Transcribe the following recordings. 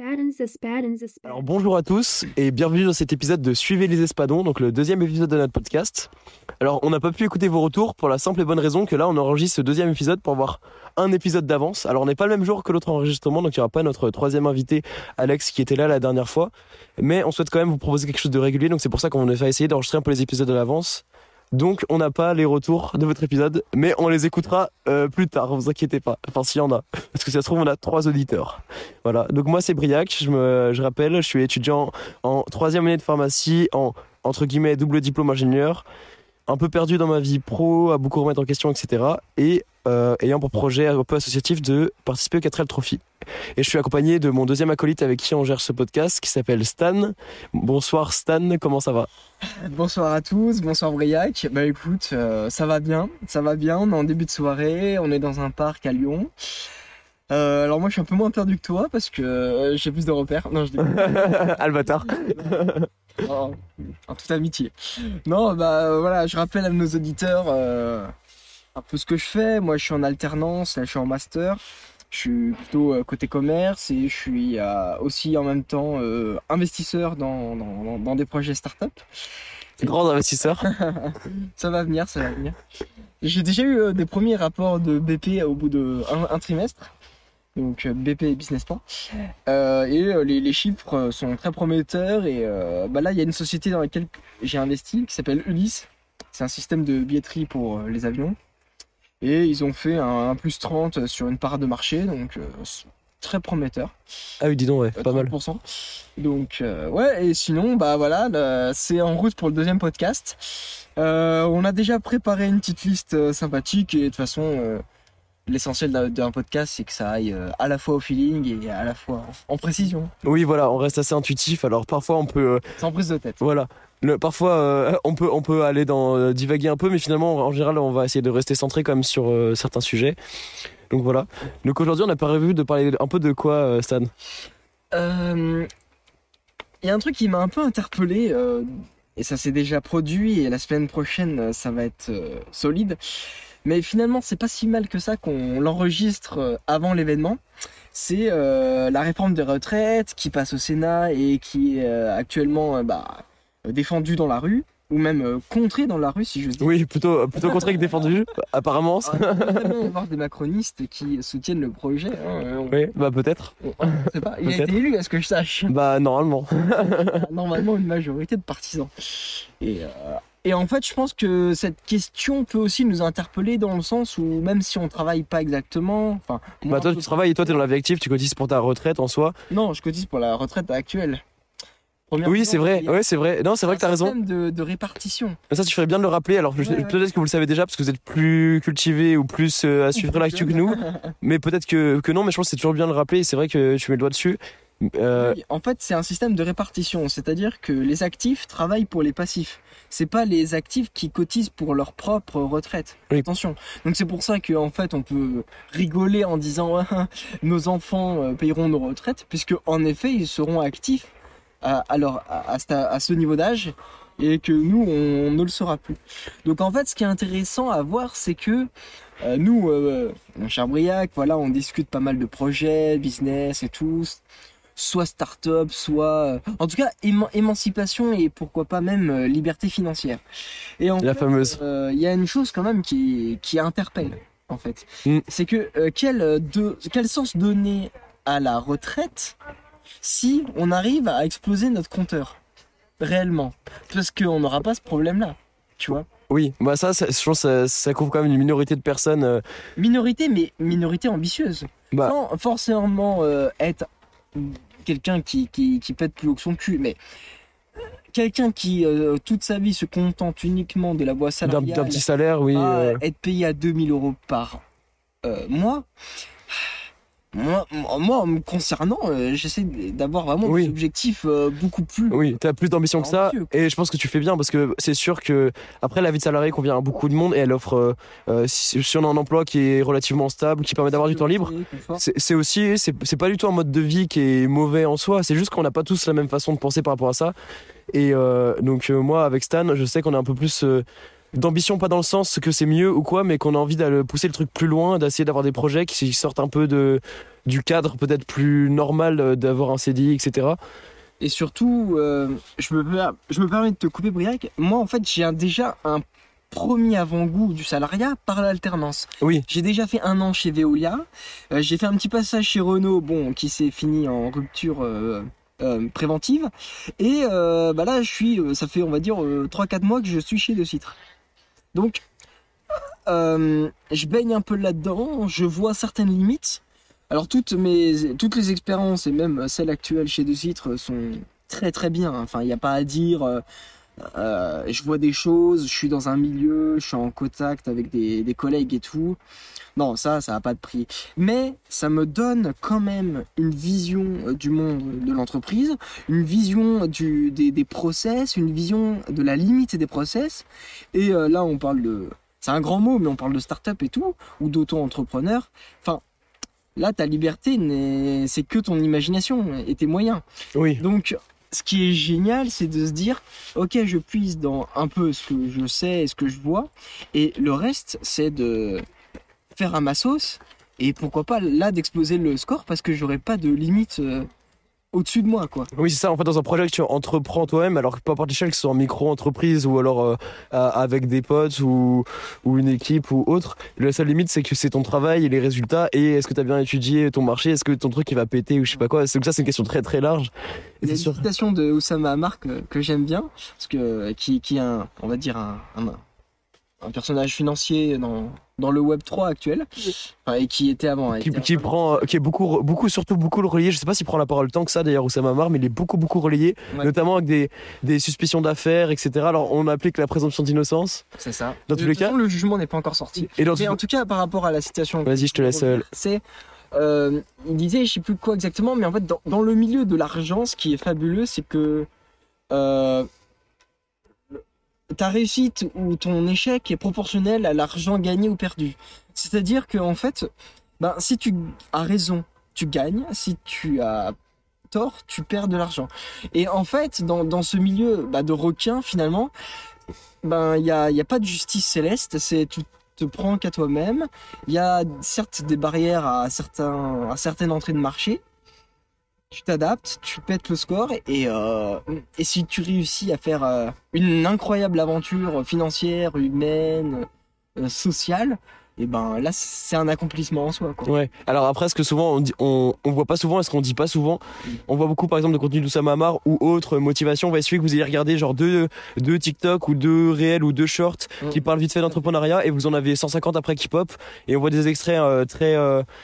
Alors bonjour à tous et bienvenue dans cet épisode de Suivez les Espadons, donc le deuxième épisode de notre podcast. Alors on n'a pas pu écouter vos retours pour la simple et bonne raison que là on enregistre ce deuxième épisode pour avoir un épisode d'avance. Alors on n'est pas le même jour que l'autre enregistrement, donc il n'y aura pas notre troisième invité Alex qui était là la dernière fois. Mais on souhaite quand même vous proposer quelque chose de régulier, donc c'est pour ça qu'on va essayer d'enregistrer un peu les épisodes de l'avance. Donc on n'a pas les retours de votre épisode, mais on les écoutera plus tard, vous inquiétez pas. Enfin s'il y en a, parce que si ça se trouve on a 3 auditeurs. Voilà, donc moi c'est Briac, je rappelle, je suis étudiant en 3e année de pharmacie, en entre guillemets double diplôme ingénieur, un peu perdu dans ma vie pro, à beaucoup remettre en question, etc. Et ayant pour projet un peu associatif de participer au 4L Trophy. Et je suis accompagné de mon deuxième acolyte avec qui on gère ce podcast, qui s'appelle Stan. Bonsoir Stan, comment ça va ? Bonsoir à tous, bonsoir Briac. Bah écoute, ça va bien, on est en début de soirée, on est dans un parc à Lyon. Alors moi je suis un peu moins perdu que toi parce que j'ai plus de repères. Non, je dis Albatar. En toute amitié. Non, voilà, je rappelle à nos auditeurs un peu ce que je fais. Moi je suis en alternance, là je suis en master. Je suis plutôt côté commerce et je suis aussi en même temps investisseur dans des projets start-up. Grand investisseur. Ça va venir. J'ai déjà eu des premiers rapports de BP au bout d'un trimestre. Donc BP Business Plan. Les chiffres sont très prometteurs. Et là, il y a une société dans laquelle j'ai investi qui s'appelle Ulysse. C'est un système de billetterie pour les avions. Et ils ont fait un plus 30 sur une part de marché, donc très prometteur. Ah oui, dis donc, ouais, pas mal. 30%. Donc, ouais, et sinon, voilà, c'est en route pour le deuxième podcast. On a déjà préparé une petite liste sympathique, et de toute façon, l'essentiel d'un podcast, c'est que ça aille à la fois au feeling et à la fois en précision. Oui, voilà, on reste assez intuitif, alors parfois on peut... Sans prise de tête. Voilà. Parfois, on peut aller divaguer un peu, mais finalement, en général, on va essayer de rester centré quand même sur certains sujets. Donc voilà. Donc aujourd'hui, on n'a pas prévu de parler un peu de quoi, Stan ? Il y a un truc qui m'a un peu interpellé, et ça s'est déjà produit, et la semaine prochaine, ça va être solide. Mais finalement, c'est pas si mal que ça qu'on l'enregistre avant l'événement. C'est la réforme des retraites qui passe au Sénat et qui est actuellement... défendu dans la rue, ou même contré dans la rue, si j'ose dire. Oui, plutôt contré que défendu, apparemment. On va bien avoir des macronistes qui soutiennent le projet. Oui, peut-être. C'est pas. Il a été élu, à ce que je sache. Normalement. Normalement, une majorité de partisans. Et en fait, je pense que cette question peut aussi nous interpeller dans le sens où, même si on travaille pas exactement... Toi, tu travailles et toi, t'es dans la vie active, tu cotises pour ta retraite en soi. Non, je cotise pour la retraite actuelle. Oui, c'est vrai. Ouais, c'est vrai. Non, c'est vrai que t'as raison. Un système de répartition. Ça, tu ferais bien de le rappeler. Alors, peut-être que vous le savez déjà parce que vous êtes plus cultivé ou plus à suivre l'actu que nous. Mais peut-être que non. Mais je pense que c'est toujours bien de le rappeler. Et c'est vrai que tu mets le doigt dessus. Oui, en fait, c'est un système de répartition. C'est-à-dire que les actifs travaillent pour les passifs. C'est pas les actifs qui cotisent pour leur propre retraite. Oui. Attention. Donc c'est pour ça qu'en fait, on peut rigoler en disant nos enfants payeront nos retraites, puisque en effet, ils seront actifs. À ce niveau d'âge et que nous on ne le sera plus. Donc en fait ce qui est intéressant à voir c'est que nous mon cher Briac, voilà, on discute pas mal de projets, business et tout, soit start-up, soit en tout cas émancipation et pourquoi pas même liberté financière. Et en fait, fameuse. Il y a une chose quand même qui interpelle en fait. C'est que quel sens donner à la retraite si on arrive à exploser notre compteur, réellement, parce qu'on n'aura pas ce problème-là, tu vois. Oui, je pense que ça couvre quand même une minorité de personnes. Minorité, mais minorité ambitieuse. Sans forcément être quelqu'un qui pète plus haut que son cul, mais quelqu'un qui, toute sa vie, se contente uniquement de la voie salariale, d'un petit salaire, oui. Être payé à 2 000 € par mois... Moi, en me concernant, j'essaie d'avoir vraiment des objectifs beaucoup plus... Oui, t'as plus d'ambition que ça, et je pense que tu fais bien, parce que c'est sûr que après la vie de salarié convient à beaucoup de monde, et elle offre, si on a un emploi qui est relativement stable, qui permet d'avoir du temps libre, c'est aussi, c'est pas du tout un mode de vie qui est mauvais en soi, c'est juste qu'on n'a pas tous la même façon de penser par rapport à ça, et donc moi, avec Stan, je sais qu'on est un peu plus... d'ambition, pas dans le sens que c'est mieux ou quoi, mais qu'on a envie d'aller pousser le truc plus loin, d'essayer d'avoir des projets qui sortent un peu du cadre peut-être plus normal d'avoir un CDI, etc. Et surtout, je me permets de te couper, Briac. Moi, en fait, j'ai déjà un premier avant-goût du salariat par l'alternance. Oui. J'ai déjà fait 1 an chez Veolia. J'ai fait un petit passage chez Renault, qui s'est fini en rupture préventive. Et là, ça fait, on va dire, 3-4 mois que je suis chez De Citre. Donc, je baigne un peu là-dedans. Je vois certaines limites. Alors toutes les expériences et même celles actuelles chez De Citre sont très très bien. Enfin, il n'y a pas à dire. Je vois des choses, je suis dans un milieu, je suis en contact avec des collègues et tout. Non, ça n'a pas de prix. Mais ça me donne quand même une vision du monde de l'entreprise, une vision des process, une vision de la limite des process. Et là, on parle de... C'est un grand mot, mais on parle de start-up et tout, ou d'auto-entrepreneur. Enfin, là, ta liberté, c'est que ton imagination et tes moyens. Oui. Donc, ce qui est génial, c'est de se dire, ok, je puise dans un peu ce que je sais et ce que je vois, et le reste, c'est de faire à ma sauce, et pourquoi pas là d'exploser le score, parce que j'aurai pas de limite au-dessus de moi, quoi. Oui, c'est ça. En fait, dans un projet que tu entreprends toi-même, alors que peu importe l'échelle, que ce soit en micro-entreprise ou alors avec des potes ou une équipe ou autre, la seule limite, c'est que c'est ton travail et les résultats. Et est-ce que tu as bien étudié ton marché? Est-ce que ton truc il va péter ou je sais pas quoi? Donc ça, c'est une question très très large. Il y a une citation de Oussama Ammar que j'aime bien, parce que qui est on va dire un personnage financier dans le Web 3 actuel, et qui était avant. Qui est beaucoup relayé. Je sais pas s'il prend la parole tant que ça d'ailleurs, Oussama Ammar, mais il est beaucoup relayé, notamment avec des suspicions d'affaires, etc. Alors on applique la présomption d'innocence. C'est ça. Dans tous les cas, le jugement n'est pas encore sorti. Mais en tout cas, par rapport à la citation. Vas-y, je te laisse. C'est il disait, je sais plus quoi exactement, mais en fait, dans le milieu de l'argent, ce qui est fabuleux, c'est que ta réussite ou ton échec est proportionnel à l'argent gagné ou perdu. C'est-à-dire que en fait, si tu as raison, tu gagnes. Si tu as tort, tu perds de l'argent. Et en fait, dans ce milieu de requins, finalement, il y a pas de justice céleste. C'est tu te prends qu'à toi-même. Il y a certes des barrières à certaines entrées de marché. Tu t'adaptes, tu pètes le score et si tu réussis à faire une incroyable aventure financière, humaine, sociale, et là c'est un accomplissement en soi, quoi. Ouais. Alors après, ce que souvent on voit pas souvent, et ce qu'on dit pas souvent, on voit beaucoup par exemple de contenu d'Oussama Ammar ou autre motivation. Il suffit que vous ayez regardé genre deux TikTok ou 2 réels ou 2 shorts qui parlent vite fait d'entrepreneuriat et vous en avez 150 après qui pop et on voit des extraits très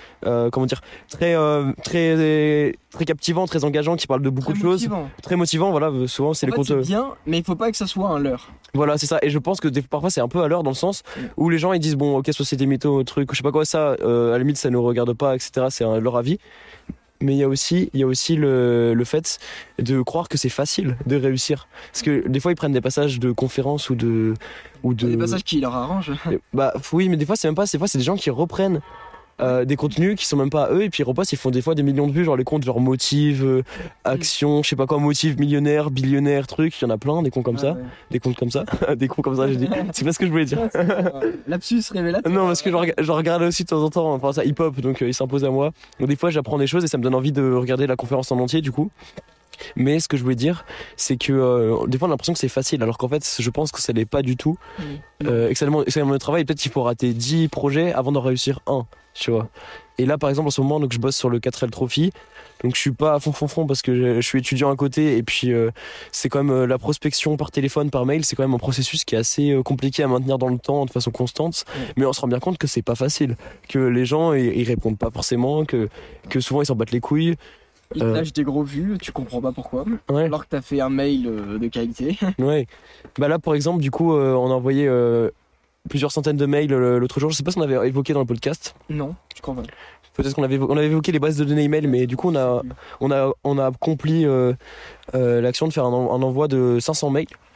captivants, très engageants qui parlent de beaucoup de choses, très motivants. Voilà, souvent c'est les comptes. C'est bien, mais il faut pas que ça soit un leurre. Voilà, c'est ça. Et je pense que parfois c'est un peu à l'heure dans le sens où les gens ils disent bon, ok, soit c'est des mythos, trucs, je sais pas quoi, ça, à la limite ça nous regarde pas, etc. C'est leur avis. Mais il y a aussi le fait de croire que c'est facile de réussir. Parce que des fois ils prennent des passages de conférences ou de des passages qui leur arrangent. Oui, mais des fois c'est même pas, des fois c'est des gens qui reprennent des contenus qui sont même pas à eux et puis ils repassent, ils font des fois des millions de vues, genre les comptes genre motive, action, je sais pas quoi, motive, millionnaire, billionnaire, truc, il y en a plein des comptes comme ça, ouais. Des comptes comme ça, des comptes comme ça, j'ai dit, c'est pas ce que je voulais dire. Lapsus révélateur. Non, parce que je regarde aussi de temps en temps, enfin ça hip hop, donc il s'impose à moi. Donc des fois j'apprends des choses et ça me donne envie de regarder la conférence en entier du coup. Mais ce que je voulais dire, c'est que des fois on a l'impression que c'est facile, alors qu'en fait je pense que ça l'est pas du tout. Extrêmement de travail, peut-être qu'il faut rater 10 projets avant d'en réussir un, tu vois. Et là par exemple en ce moment donc je bosse sur le 4L Trophy, donc je suis pas à fond parce que je suis étudiant à côté et puis c'est quand même la prospection par téléphone, par mail, c'est quand même un processus qui est assez compliqué à maintenir dans le temps de façon constante, mais on se rend bien compte que c'est pas facile, que les gens ils répondent pas forcément, que souvent ils s'en battent les couilles. Ils te lâchent des gros vues, tu comprends pas pourquoi, alors que t'as fait un mail de qualité. Ouais. Là, par exemple, du coup, on a envoyé plusieurs centaines de mails l'autre jour. Je sais pas si on avait évoqué dans le podcast. Non, je crois pas. Peut-être qu'on avait évoqué les bases de données email, mais du coup, on a accompli l'action de faire un envoi de 500 mails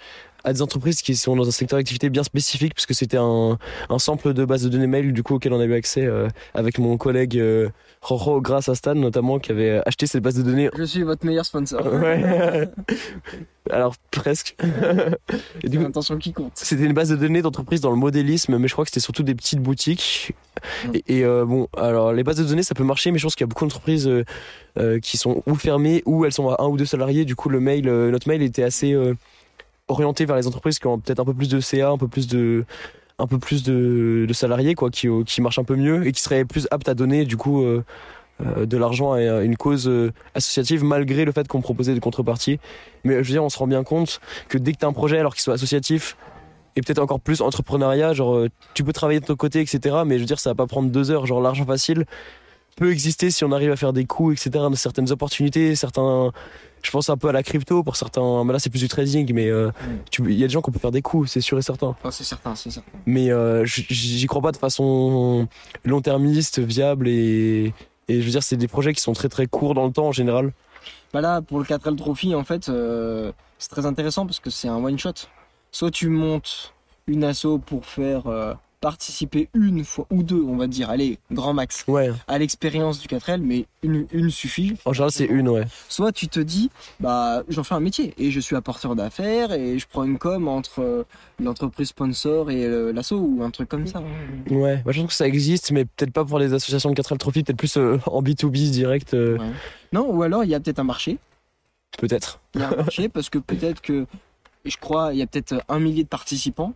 à des entreprises qui sont dans un secteur d'activité bien spécifique, puisque c'était un sample de base de données mail du coup auquel on a eu accès avec mon collègue Roro, grâce à Stan notamment, qui avait acheté cette base de données. Je suis votre meilleur sponsor. Ouais. Alors presque. Et du coup, l'intention qui compte. c'était une base de données d'entreprise dans le modélisme, mais je crois que c'était surtout des petites boutiques. Bon, alors les bases de données ça peut marcher, mais je pense qu'il y a beaucoup d'entreprises qui sont ou fermées ou elles sont à 1 ou 2 salariés. Du coup, notre mail était assez orienté vers les entreprises qui ont peut-être un peu plus de CA, un peu plus de salariés quoi, qui marchent un peu mieux et qui seraient plus aptes à donner du coup de l'argent à une cause associative, malgré le fait qu'on proposait des contreparties. Mais je veux dire, on se rend bien compte que dès que tu as un projet alors qu'il soit associatif et peut-être encore plus entrepreneuriat, genre tu peux travailler de ton côté, etc., mais je veux dire, ça va pas prendre 2 heures. Genre l'argent facile peut exister si on arrive à faire des coups, etc., de certaines opportunités, je pense un peu à la crypto pour certains, mais là c'est plus du trading, mais il y a des gens qui peuvent faire des coups, c'est sûr et certain. Oh, c'est certain. Mais j'y crois pas de façon long-termiste, viable, et je veux dire, c'est des projets qui sont très très courts dans le temps en général. Bah là, pour le 4L Trophy, en fait, c'est très intéressant parce que c'est un one-shot. Soit tu montes une asso pour faire participer une fois ou deux, on va dire, allez, grand max, Ouais. à l'expérience du 4L, mais une suffit. En général, c'est une, ouais. Soit tu te dis, bah, j'en fais un métier et je suis apporteur d'affaires et je prends une com entre l'entreprise sponsor et l'asso ou un truc comme ça. Ouais, je pense que ça existe, mais peut-être pas pour les associations de 4L Trophy, peut-être plus en B2B direct. Ouais. Non, ou alors il y a peut-être un marché. Peut-être. Il y a un marché parce que peut-être que, je crois, il y a peut-être 1 millier de participants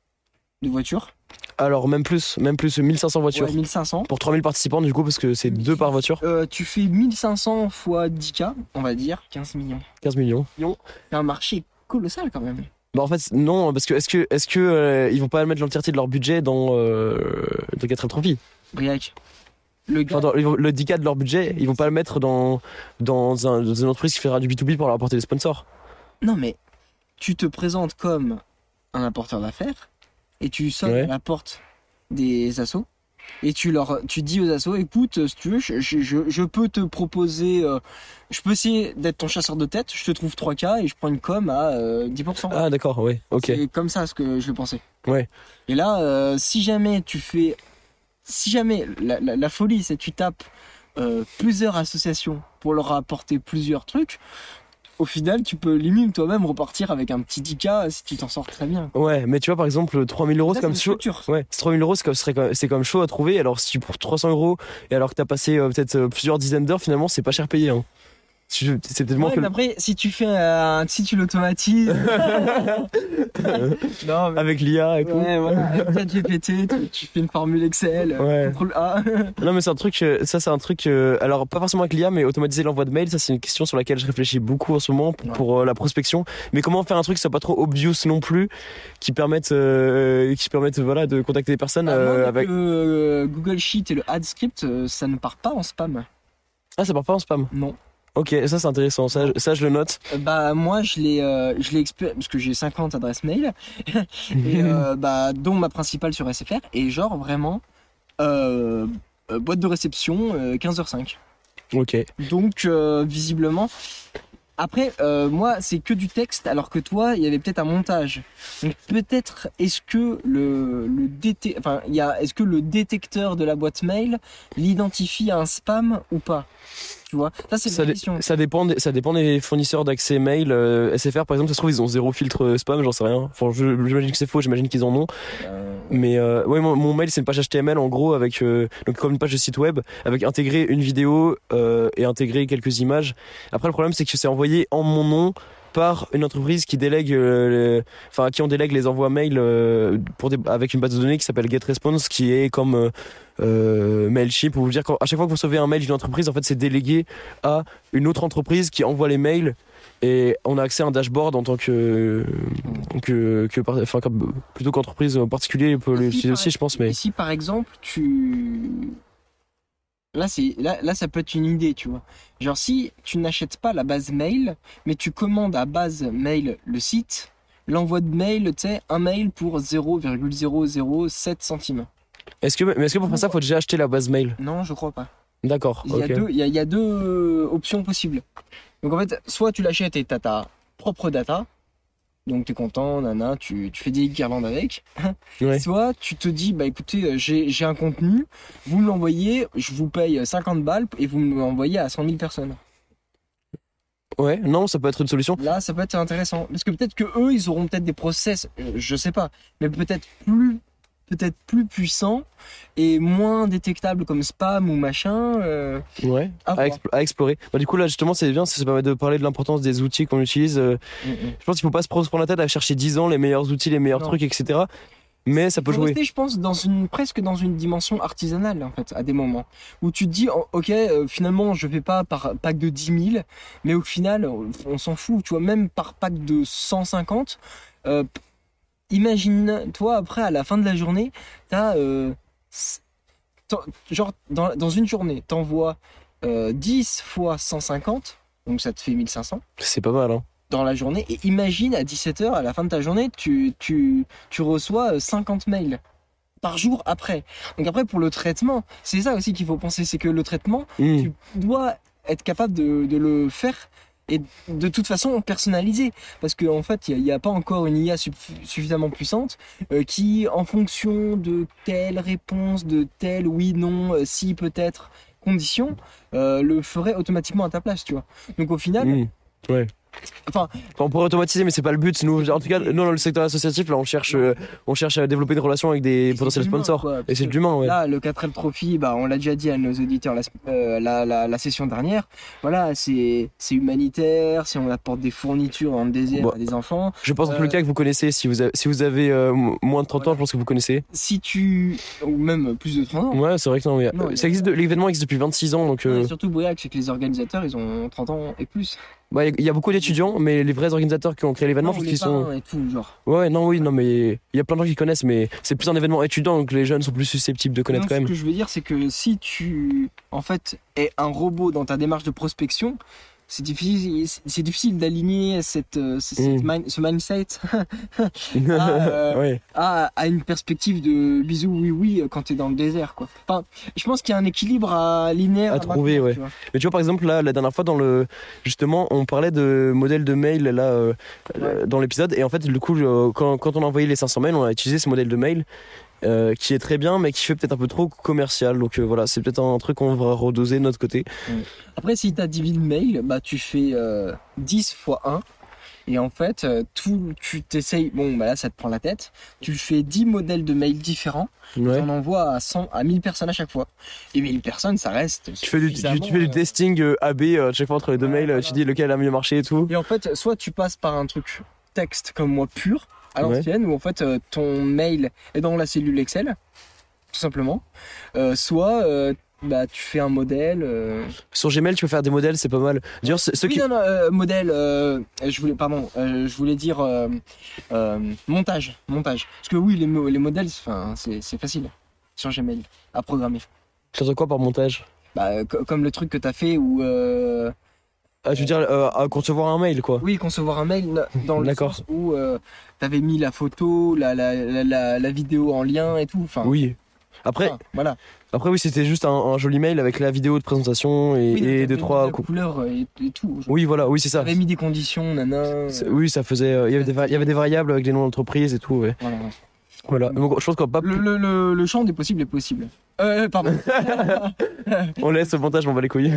de voitures. Alors, même plus, 1500 voitures. Ouais, 1500. Pour 3000 participants, du coup, parce que c'est 2 par voiture. Tu fais 1500 fois 10K, on va dire, 15 millions. 15 millions. C'est un marché colossal quand même. Bah, en fait, non, parce que est-ce que ils vont pas mettre l'entièreté de leur budget dans 4L Trophy? Briac. Le gars. Enfin, le 10K de leur budget, ils vont pas le mettre dans une entreprise qui fera du B2B pour leur apporter des sponsors. Non, mais tu te présentes comme un apporteur d'affaires et tu sonnes à la porte des assos et tu dis aux assos, écoute, si tu veux, je peux te proposer, je peux essayer d'être ton chasseur de tête, je te trouve 3K et je prends une com à 10%. Ah d'accord, ouais, ok. C'est comme ça ce que je le pensais. Ouais. Et là, si jamais la folie c'est que tu tapes plusieurs associations pour leur apporter plusieurs trucs, au final, tu peux limite toi-même repartir avec un petit 10K si tu t'en sors très bien. Ouais, mais tu vois, par exemple, 3000 euros, c'est comme chaud. Ouais, 3000 euros, c'est comme chaud à trouver. Alors, si tu prends 300 euros, et alors que t'as passé peut-être plusieurs dizaines d'heures, finalement, c'est pas cher payé, hein. C'est peut-être moins que. Après, si tu fais si tu l'automatises. Non, mais... Avec l'IA et tout. Ouais, voilà. Avec ChatGPT, tu fais une formule Excel. Ouais. Ctrl A. Non, mais c'est un truc, alors, pas forcément avec l'IA, mais automatiser l'envoi de mail, ça, c'est une question sur laquelle je réfléchis beaucoup en ce moment pour la prospection. Mais comment faire un truc qui soit pas trop obvious non plus, qui permette, voilà, de contacter des personnes, avec. Google Sheet et le AdScript, ça ne part pas en spam. Ah, ça part pas en spam? Non. Ok, ça c'est intéressant, ça je le note. Bah moi je l'ai expérimenté parce que j'ai 50 adresses mail et dont ma principale sur SFR et genre vraiment boîte de réception 15h05. Ok. Donc visiblement après moi c'est que du texte alors que toi il y avait peut-être un montage. Donc peut-être est-ce que est-ce que le détecteur de la boîte mail l'identifie à un spam ou pas? Tu vois, c'est une question. Ça dépend des fournisseurs d'accès mail. SFR par exemple, ça se trouve ils ont 0 filtre spam, j'en sais rien. Enfin, j'imagine que c'est faux, j'imagine qu'ils en ont. Mais ouais, mon mail c'est une page HTML en gros avec donc comme une page de site web avec intégré une vidéo et intégré quelques images. Après le problème c'est que c'est envoyé en mon nom par une entreprise qui délègue, à qui on délègue les envois mail avec une base de données qui s'appelle GetResponse, qui est comme Mailchimp, pour vous dire qu'à chaque fois que vous recevez un mail d'une entreprise, en fait, c'est délégué à une autre entreprise qui envoie les mails et on a accès à un dashboard en tant plutôt qu'entreprise particulier peut l'utiliser aussi, je pense. Mais si par exemple Là, ça peut être une idée, tu vois. Genre, si tu n'achètes pas la base mail, mais tu commandes à base mail le site, l'envoi de mail, tu sais, un mail pour 0,007 centimes. Est-ce que pour faire ça, il faut déjà acheter la base mail? Non, je crois pas. D'accord. Il y a deux options possibles. Donc en fait, soit tu l'achètes et tu as ta propre data, donc t'es content, nana, tu fais des guirlandes avec. Ouais. Soit tu te dis, bah écoutez, j'ai un contenu, vous me l'envoyez, je vous paye 50 balles et vous me l'envoyez à 100 000 personnes. Ouais, non, ça peut être une solution. Là, ça peut être intéressant. Parce que peut-être que eux, ils auront peut-être des process, je sais pas, mais peut-être plus puissants et moins détectables comme spam ou machin. Ouais, À voir. à explorer. Bah, du coup, là, justement, c'est bien, ça permet de parler de l'importance des outils qu'on utilise. Je pense qu'il faut pas se prendre la tête à chercher 10 ans les meilleurs outils, les meilleurs Non. trucs, etc. Mais ça peut Faut jouer. rester, je pense, presque dans une dimension artisanale, en fait, à des moments. Où tu te dis, oh, ok, finalement, je fais pas par pack de 10 000, mais au final, on s'en fout. Tu vois, même par pack de 150, imagine, toi, après, à la fin de la journée, t'as, genre, dans une journée, t'envoies 10 fois 150, donc ça te fait 1500 C'est pas mal, hein. dans la journée. Et imagine, à 17h, à la fin de ta journée, tu reçois 50 mails par jour après. Donc après, pour le traitement, c'est ça aussi qu'il faut penser, c'est que le traitement, tu dois être capable de le faire et de toute façon personnalisé, parce qu'en fait il n'y a pas encore une IA suffisamment puissante qui, en fonction de telle réponse, de tel oui, non, si, peut-être, condition, le ferait automatiquement à ta place, tu vois. Donc au final, Ouais. enfin, On pourrait automatiser, mais c'est pas le but. Nous, en tout cas, nous, dans le secteur associatif, là, on cherche à développer une relation avec des potentiels c'est de l'humain, sponsors. quoi, Et parce c'est que de l'humain, ouais. là, le 4L Trophy, bah, on l'a déjà dit à nos auditeurs la session dernière. Voilà, c'est humanitaire, si on apporte des fournitures dans le désert Bah, à des enfants. Je pense dans tous les cas que vous connaissez. Si vous avez moins de 30 ans, je pense que vous connaissez. Si ou même plus de 30 ans. Ouais, c'est vrai que non, mais Non, ça existe. L'événement existe depuis 26 ans, donc. Ouais, surtout, Briac, c'est que les organisateurs, ils ont 30 ans et plus. Bah, il y a beaucoup d'étudiants, mais les vrais organisateurs qui ont créé l'événement, je Non, pense les qu'ils sont. parrains et tout, genre. Ouais, non, oui, non, mais il y a plein de gens qui connaissent, mais c'est plus un événement étudiant, donc les jeunes sont plus susceptibles de connaître Non, quand ce même. que je veux dire, c'est que si tu, en fait, es un robot dans ta démarche de prospection, c'est difficile d'aligner ce mindset Ouais. à une perspective de bisous oui quand t'es dans le désert, quoi. Enfin, je pense qu'il y a un équilibre linéaire À trouver, maintenir, ouais. tu vois. Mais tu vois, par exemple, là, la dernière fois, justement, on parlait de modèle de mail, là, dans l'épisode, et en fait, du coup, quand on a envoyé les 500 mails, on a utilisé ce modèle de mail, qui est très bien, mais qui fait peut-être un peu trop commercial. Donc voilà, c'est peut-être un truc qu'on va redoser de notre côté. Après, si t'as 10 000 mails, bah, tu fais 10 fois 1. Et en fait, tu t'essayes, bon, bah là, ça te prend la tête. Tu fais 10 modèles de mails différents. Ouais. Tu en envoies à 1000 personnes à chaque fois. Et 1000 personnes, ça reste. Tu fais du testing AB chaque fois entre les deux Ouais, mails, voilà. tu dis lequel a mieux marché et tout. Et en fait, soit tu passes par un truc texte comme moi pur, à Ouais. l'ancienne, où en fait ton mail est dans la cellule Excel, tout simplement. Soit bah, tu fais un modèle. Sur Gmail, tu peux faire des modèles, c'est pas mal. D'ailleurs, ceux Oui, qui. non, modèle. Je voulais dire montage. Parce que oui, les modèles, enfin, c'est facile sur Gmail à programmer. Tu entends quoi par montage? Bah, comme le truc que t'as fait où. Ah, tu veux dire à concevoir un mail, quoi. Oui, concevoir un mail dans le D'accord. sens où t'avais mis la photo, la vidéo en lien et tout. Enfin, Oui. Après, voilà. Après oui, c'était juste un joli mail avec la vidéo de présentation Oui, et t'avais deux, mis trois la couleur et tout. Oui, voilà, oui, c'est ça. T'avais mis des conditions, nana. Oui, ça faisait. Il y avait des variables avec les noms d'entreprise et tout, ouais. Voilà. Donc, je pense qu'on va pas. Le champ des possibles est possible. Pardon. On laisse le montage, on va les couilles.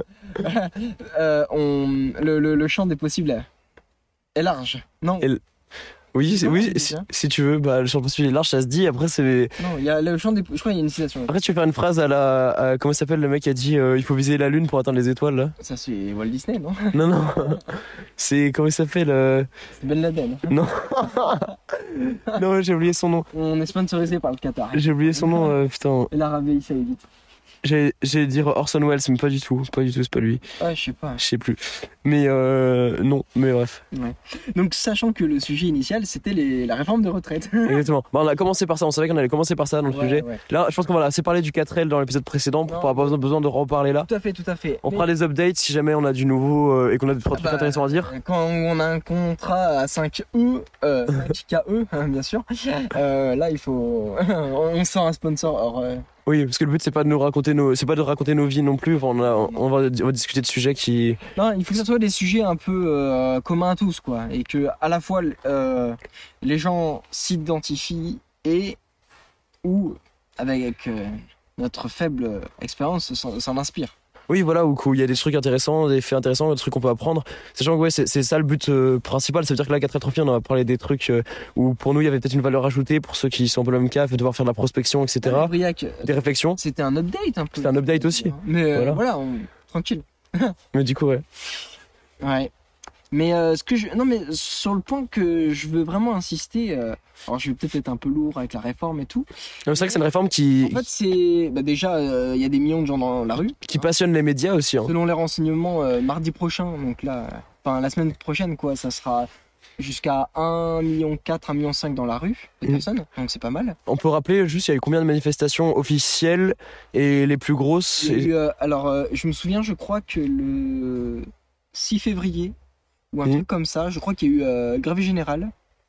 Le champ des possibles est large. Non. Oui, Non, oui, c'est bien. si tu veux, bah, le champ possible est large, ça se dit. Après, c'est. Non, il y a le champ des. Je crois qu'il y a une citation. Après, tu veux faire une phrase à comment s'appelle le mec qui a dit il faut viser la lune pour atteindre les étoiles, là? Ça, c'est Walt Disney, non? Non, non. C'est. Comment il s'appelle C'est Ben Laden. Non. Non, j'ai oublié son nom. On est sponsorisé par le Qatar. J'ai oublié son nom, putain. Et l'Arabie Saoudite. J'allais dire Orson Welles, mais pas du tout. Pas du tout, c'est pas lui. Ouais, je sais pas. Je sais plus. Mais non, mais bref. Ouais. Donc, sachant que le sujet initial, c'était la réforme de retraite. Exactement. Bah, on a commencé par ça, on savait qu'on allait commencer par ça dans le sujet. Ouais. Là, je pense qu'on va assez parler du 4L dans l'épisode précédent pour pas avoir besoin de reparler là. Tout à fait. On fera des updates si jamais on a du nouveau et qu'on a des trucs intéressants à dire. Quand on a un contrat à 5E, 5KE, hein, bien sûr, là il faut. On sort un sponsor Oui, parce que le but c'est pas de raconter nos vies non plus. Enfin, on va discuter de sujets qui. Non, il faut que ce soit des sujets un peu communs à tous, quoi, et que à la fois les gens s'identifient et ou avec notre faible expérience s'en inspirent. Oui, voilà, où il y a des trucs intéressants, des faits intéressants, des trucs qu'on peut apprendre. Sachant que ouais, c'est ça le but principal. Ça veut dire que là, 4 Trophy, on va parler des trucs où pour nous, il y avait peut-être une valeur ajoutée pour ceux qui sont un peu le même cas, devoir faire de la prospection, etc. Briac, des réflexions. C'était un update un peu. C'était un update aussi. Mais voilà, tranquille. Mais du coup, ouais. Ouais. Mais mais sur le point que je veux vraiment insister, alors je vais peut-être être un peu lourd avec la réforme et tout. C'est vrai que c'est une réforme qui. En fait, c'est déjà il y a des millions de gens dans la rue. Qui passionne les médias aussi. Hein. Selon les renseignements, mardi prochain, donc là, enfin la semaine prochaine, quoi, ça sera jusqu'à 1,4 million, 1,5 million dans la rue de personnes, donc c'est pas mal. On peut rappeler juste, il y a eu combien de manifestations officielles et les plus grosses je me souviens, je crois que le 6 février. Ou un truc comme ça, je crois qu'il y a eu grève générale.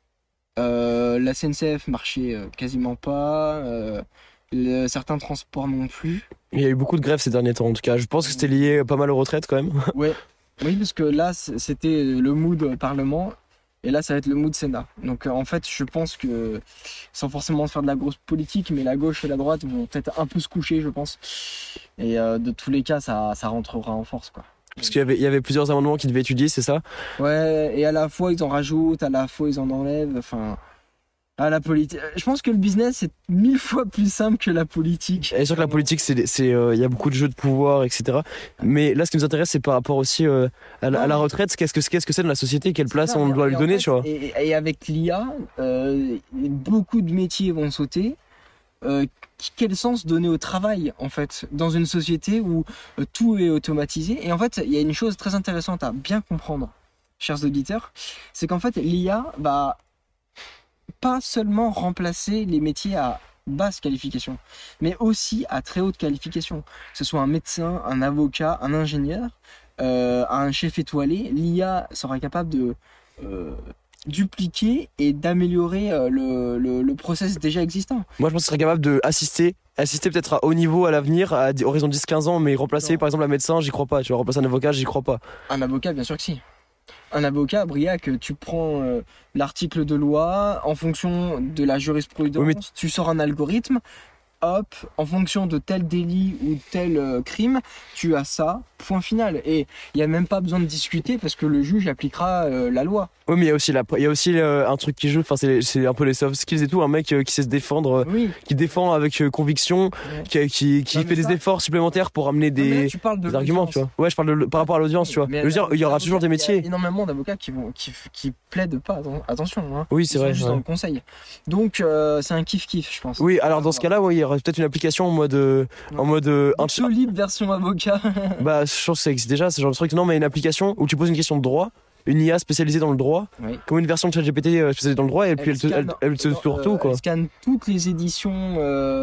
La SNCF marchait quasiment pas. Certains transports non plus. Il y a eu beaucoup de grèves ces derniers temps en tout cas. Je pense que c'était lié pas mal aux retraites quand même. Ouais. Oui, parce que là c'était le mood Parlement. Et là ça va être le mood Sénat. Donc en fait je pense que, sans forcément faire de la grosse politique, mais la gauche et la droite vont peut-être un peu se coucher, je pense. Et de tous les cas ça rentrera en force, quoi. Parce qu'il y avait plusieurs amendements qui devaient étudier, c'est ça? Ouais, et à la fois ils en rajoutent, à la fois ils en enlèvent, enfin... À la politique. Je pense que le business c'est 1000 fois plus simple que la politique. Et sûr que la politique, il y a beaucoup de jeux de pouvoir, etc. Mais là, ce qui nous intéresse, c'est par rapport aussi à la retraite. Qu'est-ce que c'est dans la société? Quelle place on doit lui donner, tu vois? Et avec l'IA, beaucoup de métiers vont sauter. Quel sens donner au travail, en fait, dans une société où tout est automatisé? Et en fait, il y a une chose très intéressante à bien comprendre, chers auditeurs, c'est qu'en fait, l'IA va pas seulement remplacer les métiers à basse qualification, mais aussi à très haute qualification. Que ce soit un médecin, un avocat, un ingénieur, un chef étoilé, l'IA sera capable de dupliquer et d'améliorer le process déjà existant. Moi, je pense qu'il serait capable d'assister peut-être à haut niveau à l'avenir, à horizon 10-15 ans, mais remplacer par exemple un médecin, j'y crois pas. Tu vois, remplacer un avocat, j'y crois pas. Un avocat, bien sûr que si. Un avocat, Briac, tu prends l'article de loi, en fonction de la jurisprudence, tu sors un algorithme, hop, en fonction de tel délit ou tel crime, tu as ça, point final. Et il n'y a même pas besoin de discuter parce que le juge appliquera la loi. Oui, mais il y a aussi un truc qui joue, enfin c'est un peu les soft skills et tout, un mec qui sait se défendre, qui défend avec conviction, qui fait des efforts supplémentaires pour amener des arguments, tu vois. Ouais, je parle par rapport à l'audience, tu vois. Je veux dire, il y aura toujours des métiers. Il y a énormément d'avocats qui plaident pas, attention, hein. Oui, c'est vrai. Juste dans le conseil. Donc c'est un kiff-kiff, je pense. Oui, alors dans ce cas-là, il y aurait peut-être une application en mode libre version avocat. Bah, je pense que ça existe déjà, ce genre de truc. Non, mais une application où tu poses une question de droit, une IA spécialisée dans le droit, comme une version de ChatGPT spécialisée dans le droit, et puis elle te tourne tout, quoi. Elle scanne toutes les éditions,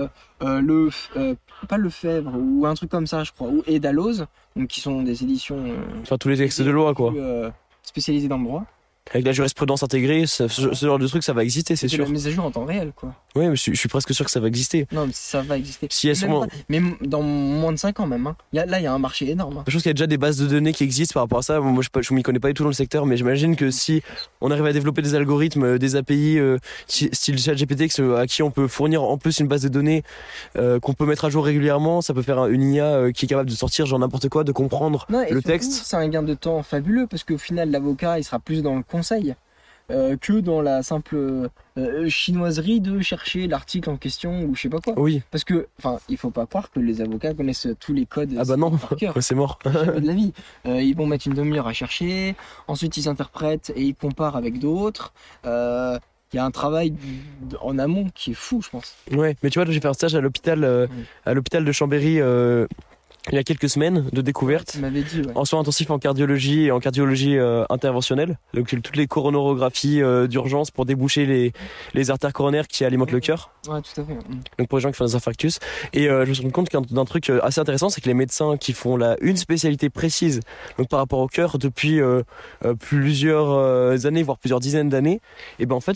pas Lefebvre, ou un truc comme ça, je crois, ou Edalose, donc qui sont des éditions. Enfin, tous les textes de loi, quoi. Spécialisés dans le droit. Avec la jurisprudence intégrée, ce genre de truc, ça va exister, c'est sûr. La mise à jour en temps réel, quoi. Oui, mais je suis presque sûr que ça va exister. Non, mais ça va exister. Mais dans moins de 5 ans même. Hein. Là, il y a un marché énorme. Hein. Je pense qu'il y a déjà des bases de données qui existent par rapport à ça. Moi, je m'y connais pas du tout dans le secteur, mais j'imagine que si on arrive à développer des algorithmes, des API, style ChatGPT, à qui on peut fournir en plus une base de données qu'on peut mettre à jour régulièrement, ça peut faire une IA qui est capable de sortir genre n'importe quoi, de comprendre le texte. C'est un gain de temps fabuleux parce qu'au final, l'avocat, il sera plus dans le conseil. Que dans la simple chinoiserie de chercher l'article en question ou je sais pas quoi. Oui. Parce que, enfin, il faut pas croire que les avocats connaissent tous les codes. Ah bah non, par cœur. C'est mort. Jamais de la vie. Ils vont mettre une demi-heure à chercher, ensuite ils interprètent et ils comparent avec d'autres. Il y a un travail en amont qui est fou, je pense. Ouais, mais tu vois, j'ai fait un stage à l'hôpital de Chambéry. Il y a quelques semaines de découverte. Tu m'avais dit, en soins intensifs en cardiologie et en cardiologie interventionnelle. Donc toutes les coronarographies d'urgence pour déboucher les artères coronaires qui alimentent le cœur. Ouais, tout à fait. Donc pour les gens qui font des infarctus. Et je me suis rendu compte d'un truc assez intéressant, c'est que les médecins qui font une spécialité précise, donc par rapport au cœur depuis plusieurs années, voire plusieurs dizaines d'années, et ben en fait,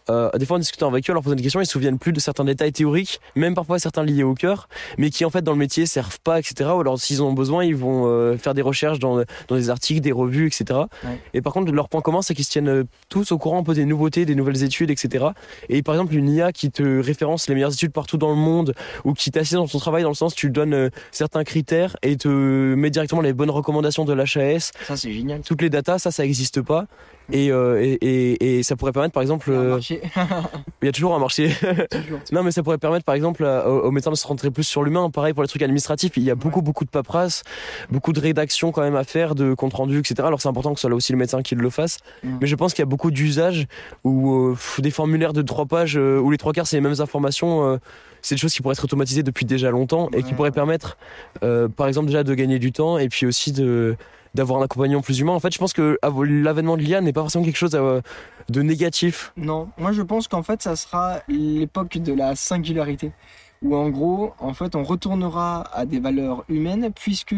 des fois en discutant avec eux, en leur posant des questions, ils se souviennent plus de certains détails théoriques, même parfois certains liés au cœur, mais qui en fait dans le métier servent pas, etc. Ou alors s'ils en ont besoin, ils vont faire des recherches dans des articles, des revues, etc. Ouais. Et par contre, leur point commun, c'est qu'ils se tiennent tous au courant un peu des nouveautés, des nouvelles études, etc. Et par exemple, une IA qui te référence les meilleures études partout dans le monde, ou qui t'assiste dans ton travail dans le sens tu lui donnes certains critères et te met directement les bonnes recommandations de l'HAS, Ça, c'est génial. toutes les datas, ça existe pas. Et ça pourrait permettre par exemple il y a toujours un marché. Toujours. Non mais ça pourrait permettre par exemple aux médecins de se rentrer plus sur l'humain. Pareil pour les trucs administratifs, il y a beaucoup de paperasse, beaucoup de rédaction quand même à faire, de compte rendu, etc. Alors c'est important que ce soit là aussi le médecin qui le fasse, mais je pense qu'il y a beaucoup d'usages où des formulaires de 3 pages où les 3 quarts c'est les mêmes informations, c'est des choses qui pourraient être automatisées depuis déjà longtemps et qui pourraient permettre par exemple déjà de gagner du temps et puis aussi d'avoir un accompagnement plus humain. En fait, je pense que l'avènement de l'IA n'est pas forcément quelque chose de négatif. Non, moi je pense qu'en fait ça sera l'époque de la singularité, où en gros, en fait, on retournera à des valeurs humaines puisque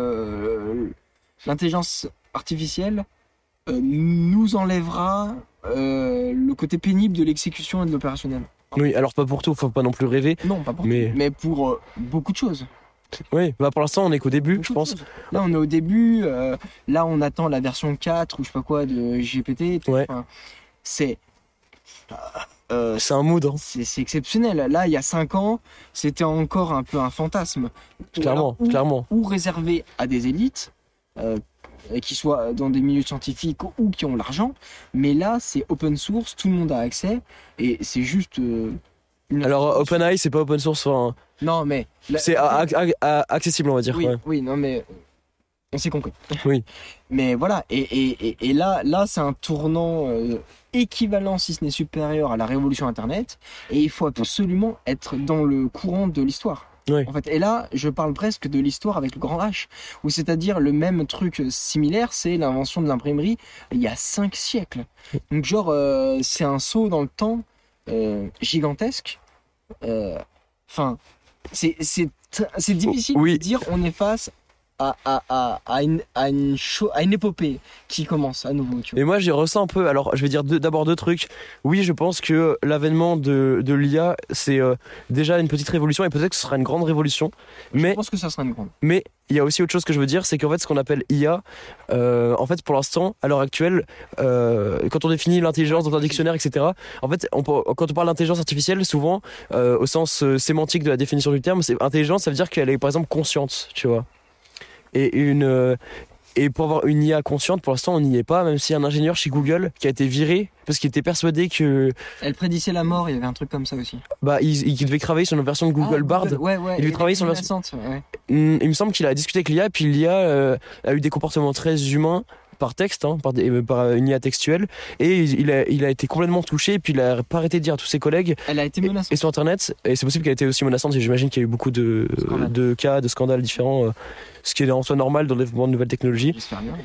l'intelligence artificielle nous enlèvera le côté pénible de l'exécution et de l'opérationnel. Oui, alors pas pour tout, faut pas non plus rêver. Non, pas pour Mais- tout, mais pour beaucoup de choses. Oui, bah pour l'instant on est qu'au début, Beaucoup je de pense. choses. Là, on est au début. Là, on attend la version 4 ou je sais pas quoi de GPT. et tout. Ouais. Enfin, c'est C'est un mood, hein. c'est exceptionnel. Là, il y a 5 ans, c'était encore un peu un fantasme. Clairement, Ou clairement. Ou réservé à des élites, qui soient dans des milieux scientifiques ou qui ont l'argent. Mais là, c'est open source, tout le monde a accès. Et c'est juste... une Alors information. OpenAI c'est pas open source, enfin, Non, mais... c'est accessible on va dire. Oui, Ouais. oui, non, mais on s'est compris. Oui. Mais voilà, et là c'est un tournant équivalent, si ce n'est supérieur, à la révolution Internet. Et il faut absolument être dans le courant de l'histoire. Oui. En fait, et là, je parle presque de l'histoire avec le grand H, où c'est-à-dire le même truc similaire, c'est l'invention de l'imprimerie il y a 5 siècles. Donc genre, c'est un saut dans le temps gigantesque. Enfin, c'est difficile Oui. de dire on est face à une épopée qui commence à nouveau. Tu vois. Et moi j'y ressens un peu, alors je vais dire d'abord 2 trucs. Oui, je pense que l'avènement de l'IA c'est déjà une petite révolution et peut-être que ce sera une grande révolution. Je Mais pense que ça sera une grande. Mais il y a aussi autre chose que je veux dire, c'est qu'en fait ce qu'on appelle IA, en fait pour l'instant, à l'heure actuelle, quand on définit l'intelligence dans un dictionnaire, etc. En fait, quand on parle d'intelligence artificielle, souvent, au sens sémantique de la définition du terme, c'est intelligence, ça veut dire qu'elle est par exemple consciente, tu vois. Et pour avoir une IA consciente, pour l'instant on n'y est pas, même s'il y a un ingénieur chez Google qui a été viré parce qu'il était persuadé que Elle prédisait la mort, il y avait un truc comme ça aussi. il devait travailler sur une version de Google Bard. Ouais, Il devait travailler sur la version. Ouais. Il me semble qu'il a discuté avec l'IA, et puis l'IA a eu des comportements très humains par texte, hein, par une IA textuelle, et il a été complètement touché, et puis il a pas arrêté de dire à tous ses collègues Elle a été et menaçante. sur internet, et c'est possible qu'elle ait été aussi menaçante, et j'imagine qu'il y a eu beaucoup de cas, de scandales différents, ce qui est en soi normal dans le développement de nouvelles technologies. J'espère bien.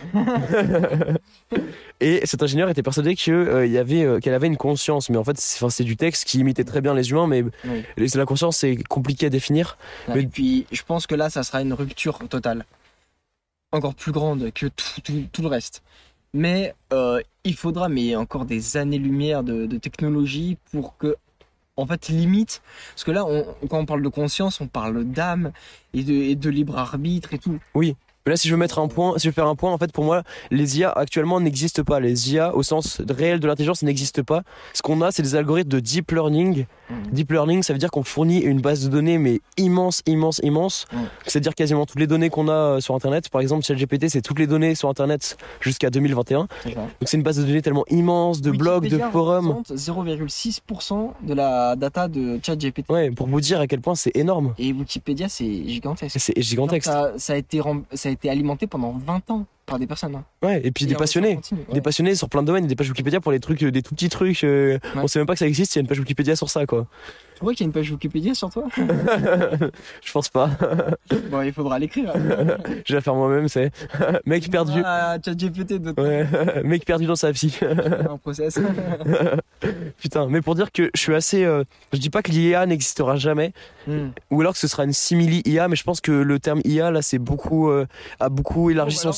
Et cet ingénieur était persuadé qu'elle avait une conscience, mais en fait c'est du texte qui imitait très bien les humains, mais Oui. la conscience c'est compliqué à définir. Mais- Et puis, je pense que là, ça sera une rupture totale. Encore plus grande que tout le reste. Mais il faudra encore des années-lumière de technologie pour que, en fait, limite. Parce que là, quand on parle de conscience, on parle d'âme et de libre arbitre et tout. Oui. Mais là, si je veux faire un point, en fait, pour moi, les IA actuellement n'existent pas. Les IA, au sens réel de l'intelligence, n'existent pas. Ce qu'on a, c'est des algorithmes de deep learning. Deep learning, ça veut dire qu'on fournit une base de données, mais immense. C'est-à-dire quasiment toutes les données qu'on a sur Internet. Par exemple, ChatGPT, c'est toutes les données sur Internet jusqu'à 2021. Donc c'est une base de données tellement immense, de blogs, de Wikipédia forums. représente 0,6% de la data de ChatGPT. Ouais, pour vous dire à quel point c'est énorme. Et Wikipédia, c'est gigantesque. C'est gigantesque. Ça a été alimenté pendant 20 ans par des personnes. Hein. Ouais, et puis des Et passionnés. ça continue, ouais. Des passionnés sur plein de domaines, des pages Wikipédia pour les trucs, des tout petits trucs. On sait même pas que ça existe, il y a une page Wikipédia sur ça, quoi. Tu crois qu'il y a une page Wikipédia sur toi? Je pense pas. Bon, il faudra l'écrire. Je vais la faire moi-même, c'est. Mec perdu. Ah, ChatGPT de Ouais, mec perdu dans sa psy. un process. Putain, mais pour dire que je suis assez. Je dis pas que l'IA n'existera jamais, ou alors que ce sera une simili IA, mais je pense que le terme IA là, c'est beaucoup a beaucoup élargi son sens.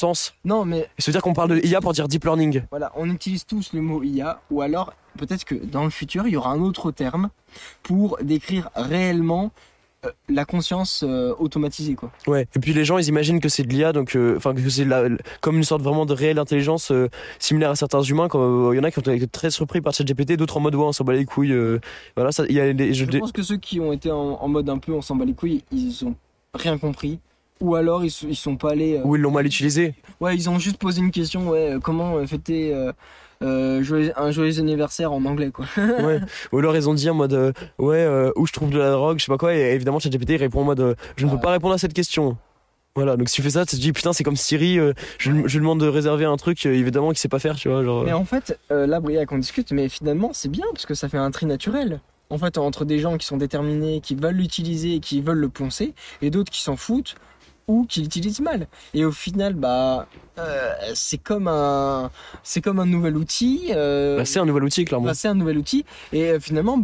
Non, mais Ça veut dire qu'on parle de IA pour dire deep learning. voilà, on utilise tous le mot IA, ou alors peut-être que dans le futur, il y aura un autre terme pour décrire réellement la conscience automatisée, quoi. Ouais. Et puis les gens, ils imaginent que c'est de l'IA, donc enfin que c'est comme une sorte vraiment de réelle intelligence similaire à certains humains. Comme il y en a qui ont été très surpris par ChatGPT, d'autres en mode ouais, on s'en bat les couilles. Voilà, ça, il y a Je pense que ceux qui ont été en mode un peu on s'en bat les couilles, ils ont rien compris. Ou alors ils sont pas allés. où ils l'ont mal utilisé. Ouais, ils ont juste posé une question, ouais, comment fêter un joyeux anniversaire en anglais, quoi. Ouais. Ou alors ils ont dit en mode où je trouve de la drogue, je sais pas quoi. Et évidemment ChatGPT il répond en mode je ne peux pas répondre à cette question. Voilà, donc si tu fais ça, tu te dis putain, c'est comme Siri, je lui demande de réserver un truc, évidemment qu'il sait pas faire, tu vois. Genre, Mais en fait, là, Briac, on discute, mais finalement, c'est bien parce que ça fait un tri naturel. En fait, entre des gens qui sont déterminés, qui veulent l'utiliser, qui veulent le poncer, et d'autres qui s'en foutent ou qui l'utilisent mal. Et au final, c'est comme un nouvel outil. c'est un nouvel outil, clairement. C'est un nouvel outil. Et finalement,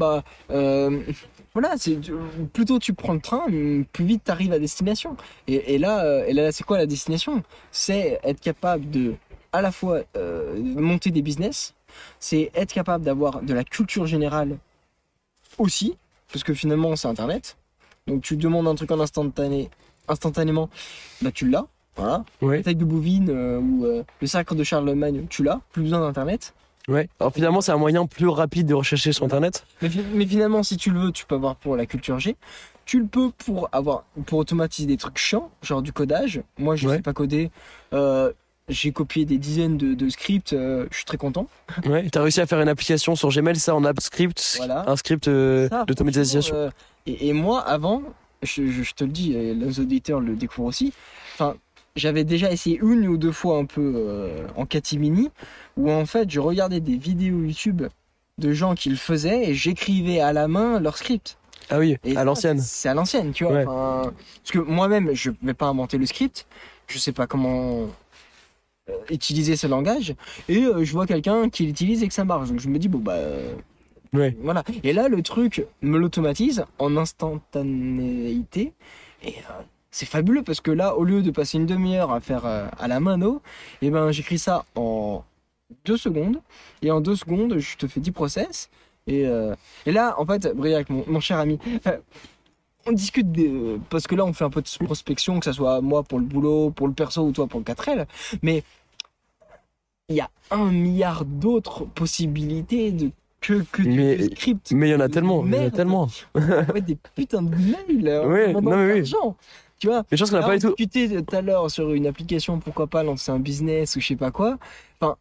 voilà, plus tôt tu prends le train, plus vite tu arrives à destination. Et là, c'est quoi la destination? C'est être capable de, à la fois, monter des business, c'est être capable d'avoir de la culture générale aussi, parce que finalement, c'est Internet. Donc tu demandes un truc en instantanément, tu l'as. Voilà. Ouais. La taille de bovine ou le sacre de Charlemagne, tu l'as. Plus besoin d'Internet. Ouais. Alors finalement, c'est un moyen plus rapide de rechercher sur Internet. Mais finalement, si tu le veux, tu peux avoir pour la culture G. Tu le peux pour automatiser des trucs chiants, genre du codage. Moi, je sais pas coder. J'ai copié des dizaines de scripts. Je suis très content. Ouais. T'as réussi à faire une application sur Gmail, ça en AppScript, voilà. Un script d'automatisation. Et moi, avant, je te le dis, et les auditeurs le découvrent aussi. Enfin, j'avais déjà essayé une ou deux fois un peu en catimini, où en fait je regardais des vidéos YouTube de gens qui le faisaient et j'écrivais à la main leur script. Ah oui, et à l'ancienne. C'est à l'ancienne, tu vois. Ouais. Parce que moi-même, je vais pas inventer le script, je sais pas comment utiliser ce langage, et je vois quelqu'un qui l'utilise et que ça marche. Donc je me dis, ouais. Voilà. Et là, le truc me l'automatise en instantanéité. Et c'est fabuleux parce que là, au lieu de passer une demi-heure à faire à la main j'écris ça en 2 secondes. Et en 2 secondes, je te fais 10 process. Et là, en fait, Briac, mon cher ami, on discute parce que là, on fait un peu de prospection, que ce soit moi pour le boulot, pour le perso ou toi pour le 4L. Mais il y a 1 milliard d'autres possibilités que du script. Mais il y en a tellement. Merde. Il y en a tellement. Ouais, des putains de mails. Ouais, non mais oui. Tu vois, les choses qu'on n'a pas du tout. Discuté tout à l'heure sur une application, pourquoi pas lancer un business ou je sais pas quoi. Enfin,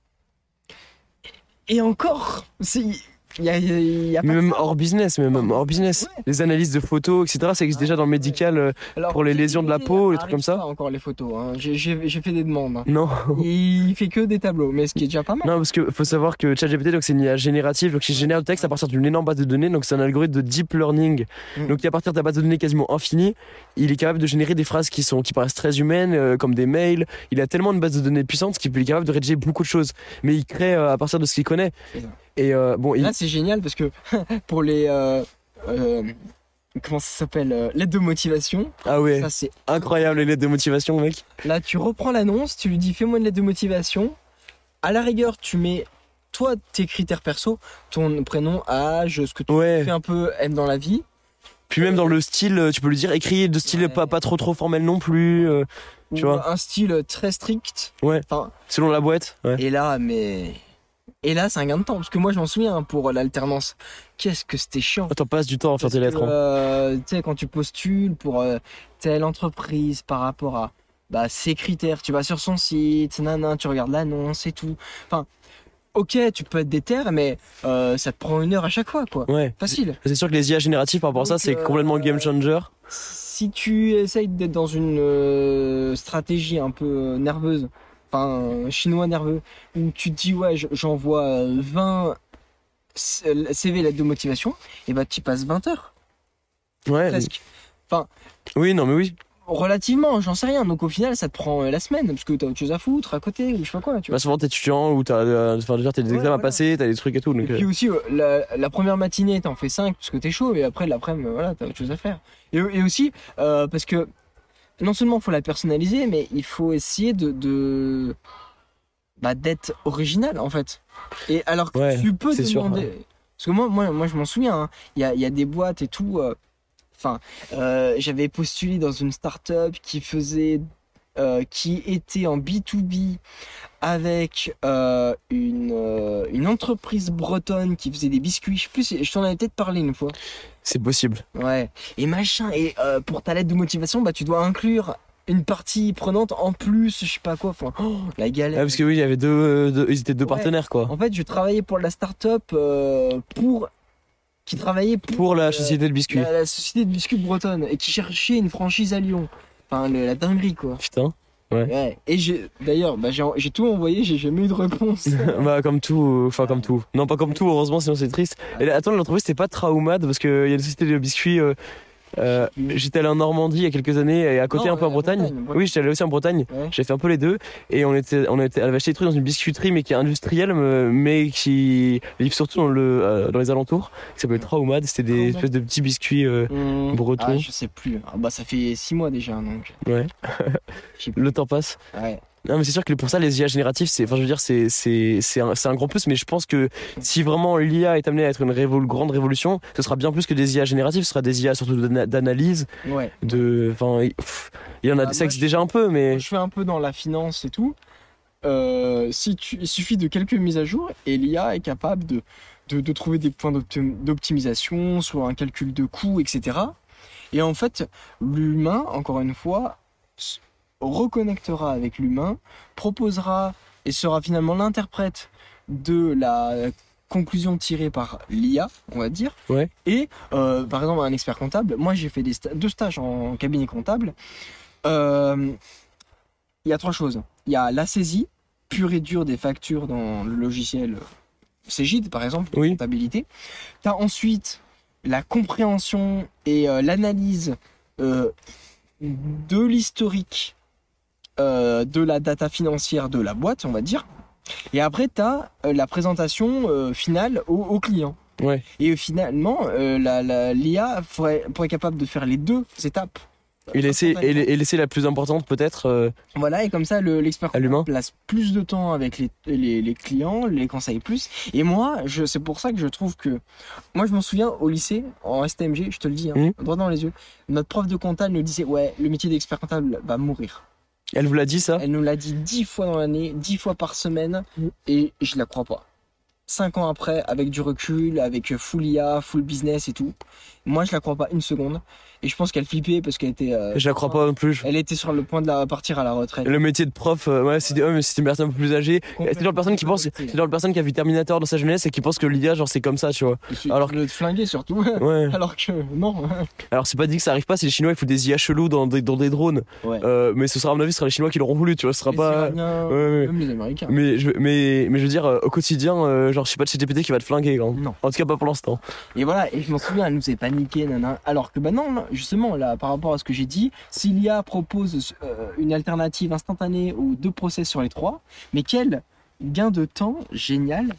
et encore, il y a mais pas même ça. hors business, Ouais. les analyses de photos, etc. Ça existe déjà dans le médical Alors, pour les lésions de la peau, les trucs comme ça. Pas encore les photos. Hein. J'ai fait des demandes. Hein. Non. Il fait que des tableaux, mais ce qui est déjà pas mal. Non, parce que faut savoir que ChatGPT, donc c'est une IA générative, donc il génère le texte à partir d'une énorme base de données, donc c'est un algorithme de deep learning. Donc à partir de ta base de données quasiment infinie, il est capable de générer des phrases qui paraissent très humaines, comme des mails. Il a tellement une base de données puissante qu'il est capable de rédiger beaucoup de choses, mais il crée à partir de ce qu'il connaît. Et là c'est génial parce que pour les comment ça s'appelle, lettres de motivation. Ah ouais. Ça c'est incroyable les lettres de motivation, mec. Là tu reprends l'annonce, tu lui dis fais-moi une lettre de motivation. À la rigueur tu mets toi tes critères perso, ton prénom, âge, ce que tu fais un peu aime dans la vie. Puis même dans le style, tu peux lui dire écris de style pas trop formel non plus. Tu vois. Un style très strict. Ouais. Enfin, selon la boîte. Ouais. Et là, c'est un gain de temps. Parce que moi, je m'en souviens pour l'alternance. Qu'est-ce que c'était chiant. T'en passes du temps à faire tes lettres. Tu sais, quand tu postules pour telle entreprise par rapport à ses critères, tu vas sur son site, tu regardes l'annonce et tout. Enfin, ok, tu peux être déter, mais ça te prend 1 heure à chaque fois, quoi. Ouais. Facile. C'est sûr que les IA génératives par rapport à ça, c'est complètement game changer. Si tu essayes d'être dans une stratégie un peu nerveuse, enfin chinois nerveux, où tu te dis ouais j'envoie 20 CV lettres de motivation, et tu passes 20 heures. Ouais. Presque. Enfin. Oui, non mais oui. Relativement, j'en sais rien. Donc au final, ça te prend la semaine parce que t'as autre chose à foutre à côté ou je sais pas quoi. Tu vois. Souvent t'es étudiant ou t'as des examens à passer, t'as des trucs et tout. Donc, et puis aussi, la première matinée, t'en fais 5 parce que t'es chaud, et après l'après-midi, voilà, t'as autre chose à faire. Et aussi, parce que non seulement il faut la personnaliser, mais il faut essayer d'être original en fait. Et alors que Ouais, tu peux c'est sûr, demander, ouais. parce que moi je m'en souviens, hein. Il y a des boîtes et tout. J'avais postulé dans une start-up qui était en B2B avec une entreprise bretonne qui faisait des biscuits. Je sais plus, je t'en avais peut-être parlé une fois. C'est possible. Ouais. Et machin. Et pour ta lettre de motivation, bah tu dois inclure une partie prenante en plus, je sais pas quoi. Enfin, la Ah, galère. parce que oui, il y avait ils étaient deux Ouais. partenaires, quoi. En fait, je travaillais pour la start-up qui travaillait Pour la société de biscuits. la société de biscuits bretonne et qui cherchait une franchise à Lyon. Enfin, la dinguerie quoi. Putain. Ouais. Et d'ailleurs, j'ai tout envoyé, j'ai jamais eu de réponse. Bah, comme tout, enfin, comme tout. Non, pas comme tout, heureusement, sinon c'est triste. Et là, attends, l'entreprise, c'était pas Traumad, parce qu'il y a une société de biscuits. J'étais allé en Normandie il y a quelques années et à côté Non, un peu en Bretagne. Bretagne. Oui, j'étais allé aussi en Bretagne. Ouais. J'ai fait un peu les deux et on avait acheté des trucs dans une biscuiterie mais qui est industrielle mais qui livre surtout dans les alentours. Qui s'appelle Traumad. C'était des Traumad. espèces de petits biscuits bretons. Ah, je sais plus. Ah, bah ça fait 6 mois déjà donc. Ouais. Je sais plus. Le temps passe. Ouais. Non mais c'est sûr que pour ça les IA génératifs c'est, enfin je veux dire c'est un grand plus, mais je pense que si vraiment l'IA est amenée à être une grande révolution, ce sera bien plus que des IA génératifs, ce sera des IA surtout d'analyse, Ouais. enfin il y en a, Bah, ça moi, existe déjà un peu mais Je fais un peu dans la finance et tout. Il suffit de quelques mises à jour et l'IA est capable de trouver des points d'optimisation sur un calcul de coûts, etc. Et en fait, l'humain, encore une fois, reconnectera avec l'humain, proposera et sera finalement l'interprète de la conclusion tirée par l'IA, on va dire. Ouais. Et par exemple, un expert comptable, moi j'ai fait 2 stages en cabinet comptable. Il y a 3 choses. Il y a la saisie pure et dure des factures dans le logiciel Cégide, par exemple, de Oui. comptabilité. Tu as ensuite la compréhension et l'analyse de l'historique de la data financière de la boîte, on va dire. Et après, tu as la présentation finale au client. Ouais. Et finalement, l'IA pourrait être capable de faire les 2 étapes. Et laisser la plus importante peut-être Voilà, et comme ça, l'expert à l'humain. place plus de temps avec les clients, les conseille plus. Et moi, c'est pour ça que je trouve que... Moi, je m'en souviens, au lycée, en STMG, je te le dis, droit dans les yeux, notre prof de comptable nous disait, ouais, le métier d'expert comptable va mourir. Elle vous l'a dit ça? Elle nous l'a dit 10 fois dans l'année, 10 fois par semaine, et je la crois pas. 5 ans après, avec du recul, avec full IA, full business et tout, moi je la crois pas une seconde. Et je pense qu'elle flippait parce qu'elle était... Je la crois pas non plus. Elle était sur le point de partir à la retraite. Le métier de prof, ouais, c'est mais c'est une personne un peu plus âgée. C'est le genre de personne qui pense, c'est le genre de personne qui a vu Terminator dans sa jeunesse et qui pense que l'IA, genre, c'est comme ça, tu vois. Alors que le flinguer surtout. Ouais. Alors que non. Alors, c'est pas dit que ça arrive pas si les Chinois ils foutent des IA chelous dans des drones. Ouais. Mais ce sera, à mon avis, ce sera les Chinois qui l'auront voulu, tu vois. Ce sera Les pas. Iraniens, Ouais. même les Américains. Mais je veux dire, au quotidien, genre, je suis pas de chez GPT qui va te flinguer, hein. Non. En tout cas, pas pour l'instant. Et voilà, et je m'en souviens, elle nous faisait paniquer, nana. Alors que bah non, justement, là, par rapport à ce que j'ai dit, si l'IA propose une alternative instantanée aux 2 process sur les 3, mais quel gain de temps génial.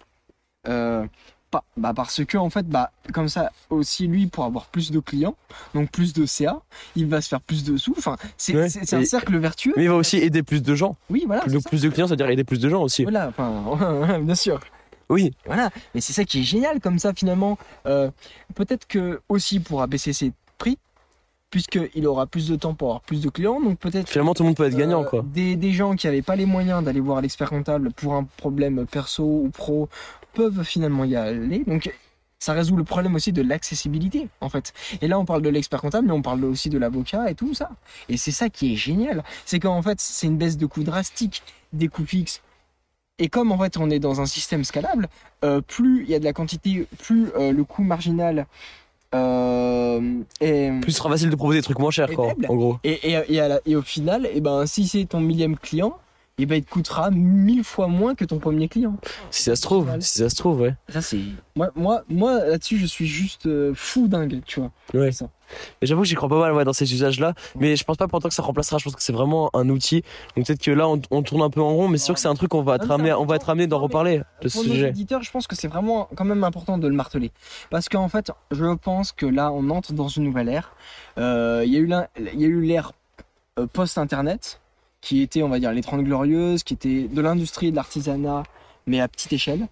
Parce que en fait, comme ça aussi lui pour avoir plus de clients, donc plus de CA, il va se faire plus de sous. Enfin, c'est un cercle vertueux. Mais il va aussi aider plus de gens. Oui, voilà. Donc plus de clients, c'est-à-dire aider plus de gens aussi. Voilà, enfin, bien sûr. Oui. Voilà, mais c'est ça qui est génial comme ça finalement. Peut-être que aussi pourra baisser ses prix, puisqu'il aura plus de temps pour avoir plus de clients. Donc peut-être Finalement, tout le monde peut être gagnant, quoi. Des gens qui n'avaient pas les moyens d'aller voir l'expert comptable pour un problème perso ou pro peuvent finalement y aller. Donc ça résout le problème aussi de l'accessibilité en fait. Et là on parle de l'expert comptable, mais on parle aussi de l'avocat et tout ça. Et c'est ça qui est génial, c'est qu'en fait c'est une baisse de coûts drastique des coûts fixes. Et comme en fait on est dans un système scalable, plus il y a de la quantité, plus le coût marginal est Plus ce sera facile de proposer des trucs moins chers, quoi, faible. en gros. Et au final, si c'est ton 1000e client, il te coûtera 1000 fois moins que ton premier client. Si ça se trouve, ouais. Ça c'est moi là-dessus je suis juste fou dingue, tu vois. Ouais. Ça. Et j'avoue que j'y crois pas mal, ouais, dans ces usages-là, mais je pense pas pour autant que ça remplacera. Je pense que c'est vraiment un outil. Donc peut-être que là on tourne un peu en rond, mais c'est sûr que c'est un truc qu'on va être amené d'en reparler de ce Pour nos sujet. éditeurs, je pense que c'est vraiment quand même important de le marteler, parce qu'en fait, je pense que là on entre dans une nouvelle ère. Il y a eu l'ère post-internet, qui était, on va dire, les 30 glorieuses, qui était de l'industrie et de l'artisanat, mais à petite échelle.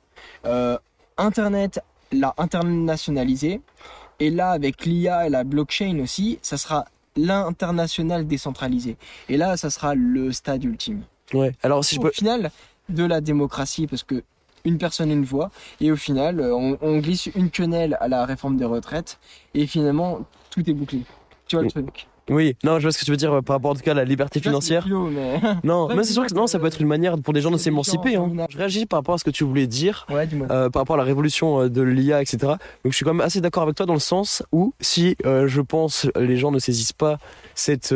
Internet l'a internationalisé, et là, avec l'IA et la blockchain aussi, ça sera l'international décentralisé. Et là, ça sera le stade ultime. Ouais. Alors si je peux. Au final, de la démocratie, parce que une personne, une voix, et au final, on glisse une quenelle à la réforme des retraites, et finalement, tout est bouclé. Tu vois le truc. Oui, non, je vois ce que tu veux dire par rapport en tout cas à la liberté financière. Mais... Non, mais c'est sûr que non, ça peut être une manière pour des gens de s'émanciper. Hein. Je réagis par rapport à ce que tu voulais dire, dis-moi. par rapport à la révolution de l'IA, etc. Donc je suis quand même assez d'accord avec toi dans le sens où si je pense les gens ne saisissent pas cette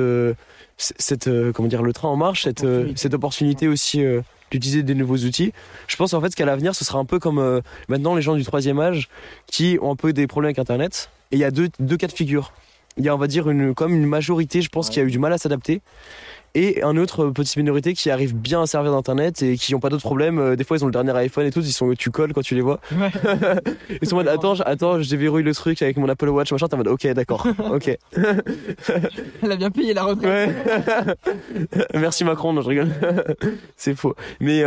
comment dire, le train en marche, cette opportunité aussi d'utiliser des nouveaux outils. Je pense en fait qu'à l'avenir, ce sera un peu comme maintenant les gens du 3e âge qui ont un peu des problèmes avec Internet. Et il y a deux cas de figure. Il y a, on va dire, comme une majorité, je pense, qui a eu du mal à s'adapter. Et un autre petite minorité qui arrive bien à servir d'Internet et qui n'ont pas d'autres problèmes. Des fois, ils ont le dernier iPhone et tout, tu colles quand tu les vois. Ouais. Ils sont en mode, attends, je déverrouille le truc avec mon Apple Watch, machin. T'es en mode, ok, d'accord, ok. Elle a bien payé la retraite. Ouais. Merci Macron, non, je rigole. C'est faux. Mais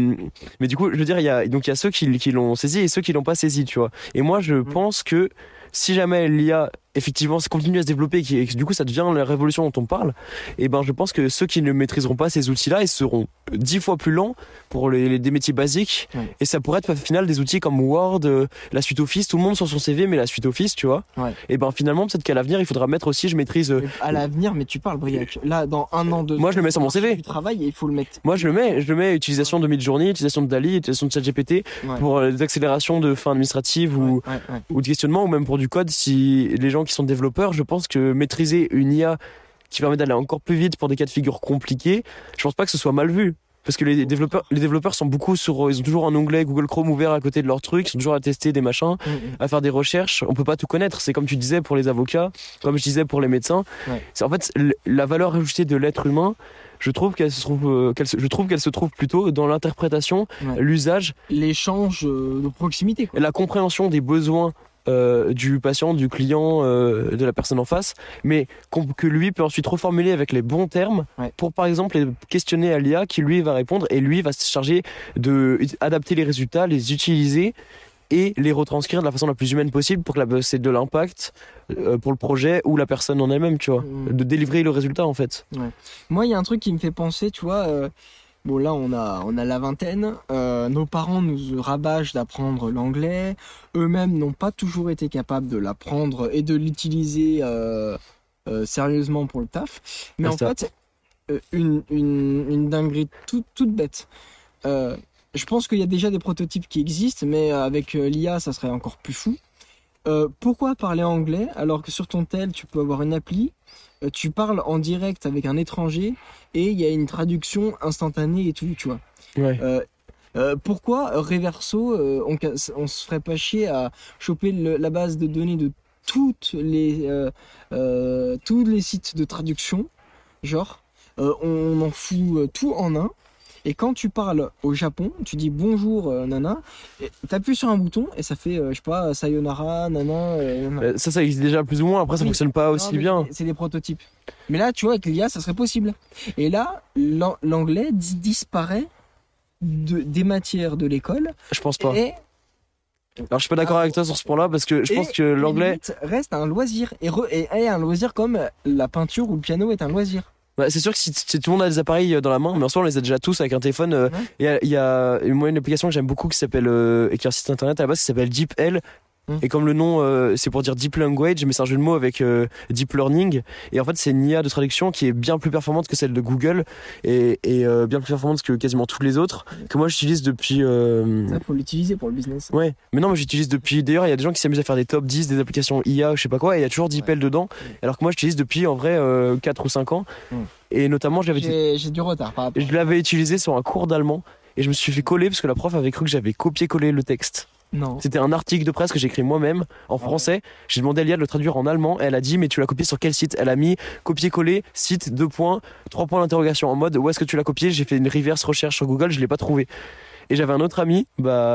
du coup, je veux dire, il y a ceux qui l'ont saisi et ceux qui l'ont pas saisi, tu vois. Et moi, je pense que si jamais l'IA effectivement continue à se développer et que du coup ça devient la révolution dont on parle, et ben je pense que ceux qui ne maîtriseront pas ces outils-là, ils seront 10 fois plus lents pour des métiers basiques. Ouais. Et ça pourrait être au final des outils comme Word, la suite Office, tout le monde sur son CV met la suite Office, tu vois. Ouais. Et ben finalement peut-être qu'à l'avenir il faudra mettre aussi, je maîtrise. À l'avenir, mais tu parles Briac. Là, dans 1 an, 2 ans. Moi je le mets sur mon CV. Du travail, il faut le mettre. Moi je le mets utilisation de Midjourney, utilisation de DALL-E, utilisation de ChatGPT pour des accélérations de fin administrative ou de questionnement ou même pour du code. Si les gens qui sont développeurs, je pense que maîtriser une IA qui permet d'aller encore plus vite pour des cas de figure compliqués, je pense pas que ce soit mal vu. Parce que les développeurs sont beaucoup ils ont toujours un onglet Google Chrome ouvert à côté de leur truc, ils sont toujours à tester des machins, à faire des recherches. On peut pas tout connaître. C'est comme tu disais pour les avocats, comme je disais pour les médecins. Ouais. C'est en fait la valeur ajoutée de l'être humain. Je trouve qu'elle se trouve plutôt dans l'interprétation, l'usage, l'échange de proximité, quoi. La compréhension des besoins du patient, du client, de la personne en face, mais que lui peut ensuite reformuler avec les bons termes pour par exemple questionner à l'IA qui lui va répondre et lui va se charger d'adapter les résultats, les utiliser et les retranscrire de la façon la plus humaine possible pour que c'est de l'impact pour le projet ou la personne en elle-même, tu vois, de délivrer le résultat en fait. Ouais. Moi il y a un truc qui me fait penser, tu vois, bon là on a la vingtaine, nos parents nous rabâchent d'apprendre l'anglais, eux-mêmes n'ont pas toujours été capables de l'apprendre et de l'utiliser sérieusement pour le taf, mais en fait une dinguerie toute bête. Je pense qu'il y a déjà des prototypes qui existent, mais avec l'IA ça serait encore plus fou. Pourquoi parler anglais alors que sur ton tel tu peux avoir une appli, tu parles en direct avec un étranger et il y a une traduction instantanée et tout, tu vois. Ouais. Pourquoi Reverso, on se ferait pas chier à choper la base de données de tous les sites de traduction, genre on en fout tout en un. Et quand tu parles au Japon, tu dis bonjour nana, t'appuies sur un bouton et ça fait, je sais pas, sayonara, nana. Ça existe déjà plus ou moins, après ça fonctionne pas aussi bien. C'est des prototypes. Mais là, tu vois, avec l'IA, ça serait possible. Et là, l'anglais disparaît des matières de l'école. Je pense pas. Alors je suis pas d'accord avec toi sur ce point-là parce que je pense que l'anglais reste un loisir et un loisir comme la peinture ou le piano est un loisir. Bah, c'est sûr que si tout le monde a des appareils dans la main, mais en soi on les a déjà tous avec un téléphone. Il y a une application que j'aime beaucoup qui s'appelle qui est un site internet à la base qui s'appelle DeepL. Et comme le nom c'est pour dire deep language, mais c'est un jeu de mots avec deep learning. Et en fait c'est une IA de traduction qui est bien plus performante que celle de Google et bien plus performante que quasiment toutes les autres que moi j'utilise depuis. Ça faut l'utiliser pour le business. Ouais, mais non, moi j'utilise depuis. D'ailleurs il y a des gens qui s'amusent à faire des top 10 des applications IA, je sais pas quoi, et il y a toujours DeepL dedans. Alors que moi j'utilise depuis en vrai 4 ou 5 ans. Et notamment j'ai du retard par rapport. Je l'avais utilisé sur un cours d'allemand et je me suis fait coller parce que la prof avait cru que j'avais copié-collé le texte. Non. C'était un article de presse que j'ai écrit moi-même en français. J'ai demandé à l'IA de le traduire en allemand. Elle a dit mais tu l'as copié sur quel site? Elle a mis copier-coller site 2 points 3 points d'interrogation en mode où est-ce que tu l'as copié? J'ai fait une reverse recherche sur Google, je l'ai pas trouvé. Et j'avais un autre ami,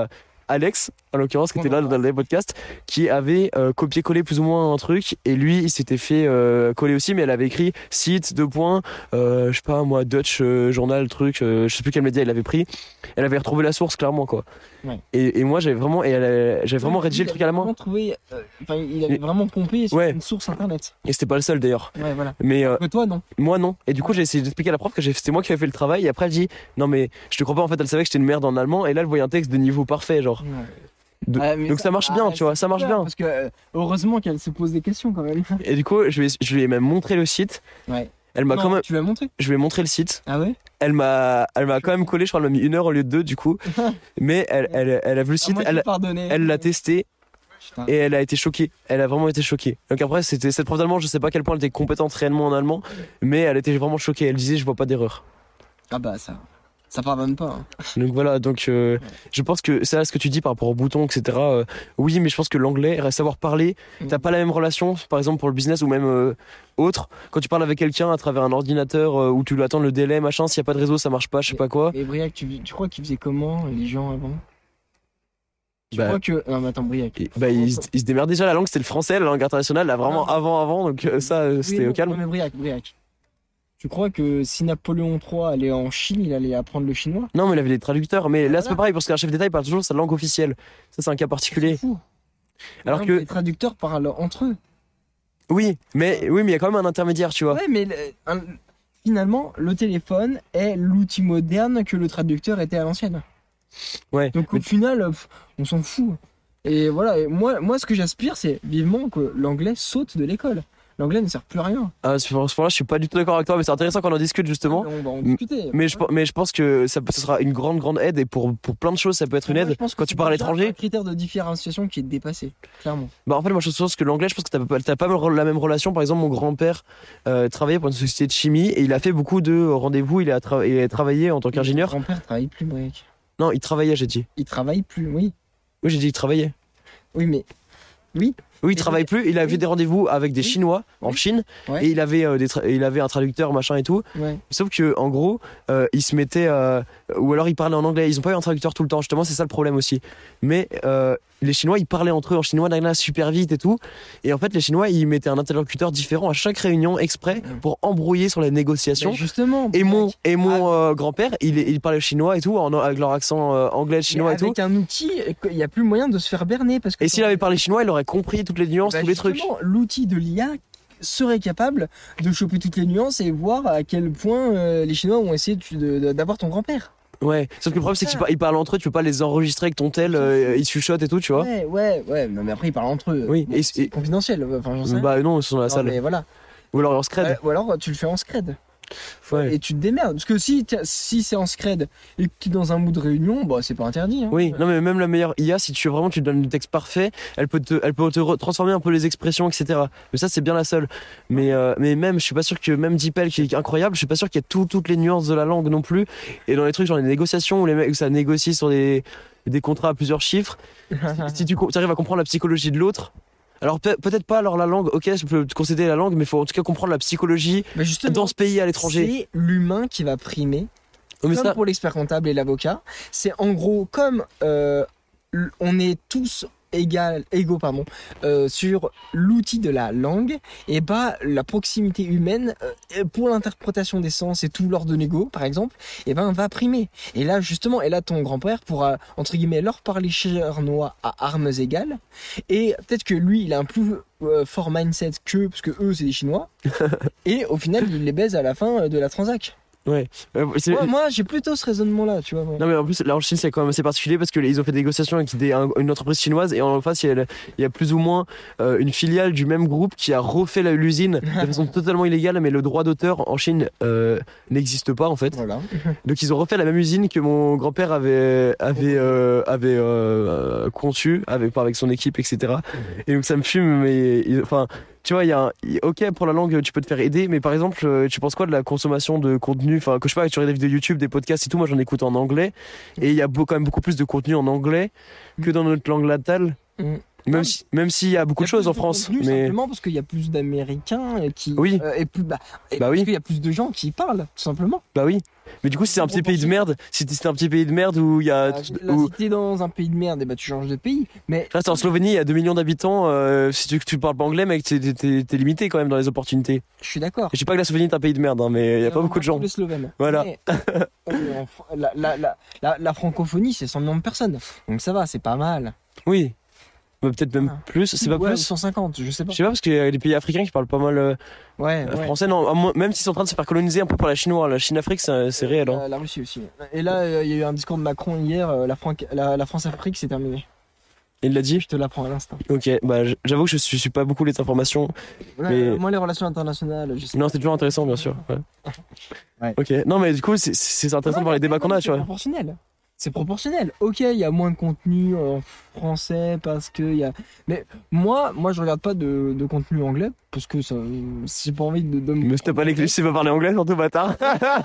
Alex, en l'occurrence, qui était là Ouais. dans le podcast, qui avait copié-collé plus ou moins un truc, et lui, il s'était fait coller aussi, mais elle avait écrit site, je sais pas moi, Dutch journal, truc, je sais plus quel média il avait pris. Elle avait retrouvé la source, clairement, quoi. Ouais. Et moi, j'avais vraiment rédigé le truc à la main. Il avait vraiment pompé sur Ouais. une source internet. Et c'était pas le seul d'ailleurs. Ouais, voilà. Mais Mais toi, non. moi non. Et du coup j'ai essayé d'expliquer à la prof que c'était moi qui avais fait le travail. Et après elle dit non mais je te crois pas, en fait elle savait que j'étais une merde en allemand. Et là elle voyait un texte de niveau parfait genre. Ouais, Donc ça marche bien, tu vois, ça marche bien. Parce que heureusement qu'elle se pose des questions quand même. Et du coup je lui ai même montré le site. Ouais. Elle m'a Non, quand même. Tu l'as montré. Je lui ai montré le site. Ah ouais. Elle m'a quand même collé. Je crois qu'elle m'a mis 1 heure au lieu de 2 du coup. Mais elle a vu le site. Moi, je vais pardonner. Elle l'a testé. Putain. Et elle a été choquée. Elle a vraiment été choquée. Donc après, c'était cette prof d'allemand, je sais pas à quel point elle était compétente réellement en allemand, mais elle était vraiment choquée. Elle disait, je vois pas d'erreur. Ah bah ça pardonne pas. Hein. Donc voilà, je pense que c'est là ce que tu dis par rapport aux boutons, etc. Oui, mais je pense que l'anglais, savoir parler, t'as pas la même relation, par exemple pour le business ou même autre. Quand tu parles avec quelqu'un à travers un ordinateur où tu dois attendre le délai, machin, s'il y a pas de réseau, ça marche pas, je sais pas quoi. Et Briac, tu crois qu'ils faisaient comment les gens avant? Tu Bah, crois que. Non, mais attends, Briac. ils se démerdent déjà. La langue, c'était le français, la langue internationale, là, vraiment avant. Donc c'était Oui, au calme. non, mais Briac. Tu crois que si Napoléon III allait en Chine, il allait apprendre le chinois? Non, mais il avait des traducteurs. Mais là, c'est Voilà. pas pareil, parce qu'un chef d'État, il parle toujours sa langue officielle. Ça, c'est un cas particulier. C'est fou. Alors Non, que. mais les traducteurs parlent entre eux. Oui, mais il y a quand même un intermédiaire, tu vois. Ouais, mais finalement, le téléphone est l'outil moderne que le traducteur était à l'ancienne. Ouais. Donc au final, on s'en fout. Et voilà, et moi ce que j'aspire, c'est vivement que l'anglais saute de l'école. L'anglais ne sert plus à rien. Sur ce point-là, je suis pas du tout d'accord avec toi, mais c'est intéressant qu'on en discute justement. On va en discuter. Mais je pense que ce sera une grande aide et pour plein de choses, ça peut être une Moi, aide. je pense que Quand c'est tu pars à déjà l'étranger, un critère de différenciation qui est dépassé, clairement. bah en fait, moi je pense que l'anglais, je pense que t'as pas la même relation. Par exemple, mon grand-père travaillait pour une société de chimie et il a fait beaucoup de rendez-vous. Il a travaillé en tant qu'ingénieur. Mon grand-père travaille plus, Briac. Non, il travaillait, j'ai dit. Il travaille plus, oui. Oui, j'ai dit il travaillait. Oui, mais. Oui. Oui, il Mais travaille plus. Il avait oui. des rendez-vous avec des Oui. Chinois en Oui. Chine Ouais. et il avait un traducteur machin et tout. Ouais. Sauf que en gros, il se mettait ou alors il parlait en anglais. Ils ont pas eu un traducteur tout le temps. Justement, c'est ça le problème aussi. Mais les Chinois, ils parlaient entre eux en chinois, super vite et tout. Et en fait, les Chinois, ils mettaient un interlocuteur différent à chaque réunion exprès pour embrouiller sur les négociations. Mais justement. Et mon Briac, grand-père, il parlait chinois et tout, avec leur accent anglais, chinois et tout. avec un outil, il n'y a plus moyen de se faire berner parce que. Et s'il avait parlé chinois, il aurait compris toutes les nuances, Bah, tous les trucs. justement, l'outil de l'IA serait capable de choper toutes les nuances et voir à quel point les Chinois ont essayé d'avoir ton grand-père. Ouais. Sauf que le problème, c'est qu'ils parlent entre eux, tu peux pas les enregistrer avec ton tel, ils chuchotent et tout, tu vois. Ouais. Non, mais après, ils parlent entre eux. Oui, Bon, et- c'est confidentiel. Enfin, j'en sais. Bah non, ils sont dans la Non, salle. mais voilà. Ou alors en scred. Ou alors, tu le fais en scred. Ouais. Et tu te démerdes. Parce que si c'est en scred et que tu es dans un mood de réunion, bah, c'est pas interdit. Hein. Oui, non mais même la meilleure IA, si tu lui donnes le texte parfait, elle peut transformer un peu les expressions, etc. Mais ça c'est bien la seule. Mais même, je suis pas sûr que même DeepL qui est incroyable, je suis pas sûr qu'il y ait toutes les nuances de la langue non plus. Et dans les trucs genre les négociations où les mecs où ça négocie sur des contrats à plusieurs chiffres, si tu arrives à comprendre la psychologie de l'autre. Alors peut-être pas alors la langue, ok, je peux te concéder la langue, mais il faut en tout cas comprendre la psychologie Bah, justement, dans ce pays à l'étranger. c'est l'humain qui va primer. Oh, mais Comme ça, pour l'expert comptable et l'avocat, c'est en gros comme on est tous égaux sur l'outil de la langue, et bah la proximité humaine pour l'interprétation des sens et tout l'ordre de négo par exemple, et ben va primer. Et là justement, ton grand-père pourra entre guillemets leur parler chinois à armes égales, et peut-être que lui il a un plus fort mindset qu'eux parce que eux c'est des Chinois, et au final il les baise à la fin de la transac. ouais. Moi, j'ai plutôt ce raisonnement-là, tu vois. Non mais en plus là en Chine c'est quand même assez particulier parce qu'ils ont fait des négociations avec une entreprise chinoise et en face il y a plus ou moins une filiale du même groupe qui a refait l'usine de façon totalement illégale, mais le droit d'auteur en Chine n'existe pas en fait. Voilà. Donc ils ont refait la même usine que mon grand-père avait conçu avec son équipe, etc. Et donc ça me fume, mais enfin tu vois, ok, pour la langue, tu peux te faire aider, mais par exemple, tu penses quoi de la consommation de contenu, enfin, que je sais pas, tu regardes des vidéos YouTube, des podcasts et tout, moi j'en écoute en anglais, et il y a quand même beaucoup plus de contenu en anglais que dans notre langue natale. Même s'il y a beaucoup de choses en France, contenu, mais simplement parce qu'il y a plus d'Américains qui oui. et plus Bah parce oui. qu'il y a plus de gens qui y parlent tout simplement. Bah oui. Mais du coup, si c'est un petit pays de merde, où il y a Là, si t'es dans un pays de merde, et bah tu changes de pays. Mais là, c'est en Slovénie, il y a 2 millions d'habitants. Si tu parles pas anglais, mec, t'es limité quand même dans les opportunités. je suis d'accord. Et je sais pas que la Slovénie est un pays de merde, hein, mais il y a pas beaucoup de gens. Les Slovènes. Voilà. Mais, la francophonie, c'est 100 millions de personnes. Donc ça va, c'est pas mal. Oui. Mais peut-être même plus. C'est pas Ouais, plus. 150, je sais pas. Je sais pas parce qu'il y a des pays africains qui parlent pas mal Ouais. français. Non, même s'ils sont en train de se faire coloniser un peu par la Chine noire. La Chine-Afrique, c'est réel. Hein. La Russie aussi. Et là, il y a eu un discours de Macron hier. La France-Afrique, c'est terminé. Il l'a dit. Je te l'apprends à l'instant. Ok. Bah j'avoue que je suis pas beaucoup les informations. Ouais, mais... Moi, les relations internationales, je sais. Non, c'est toujours intéressant, bien sûr. Ouais. Ouais. Ok. Non, mais du coup, c'est intéressant de voir les débats qu'on a, tu vois. C'est proportionnel. Ok, il y a moins de contenu en français parce que il y a. Mais moi, je regarde pas de contenu anglais parce que ça, j'ai pas envie de me. Mais si t'as pas les clés, je sais pas parler anglais, surtout bâtard.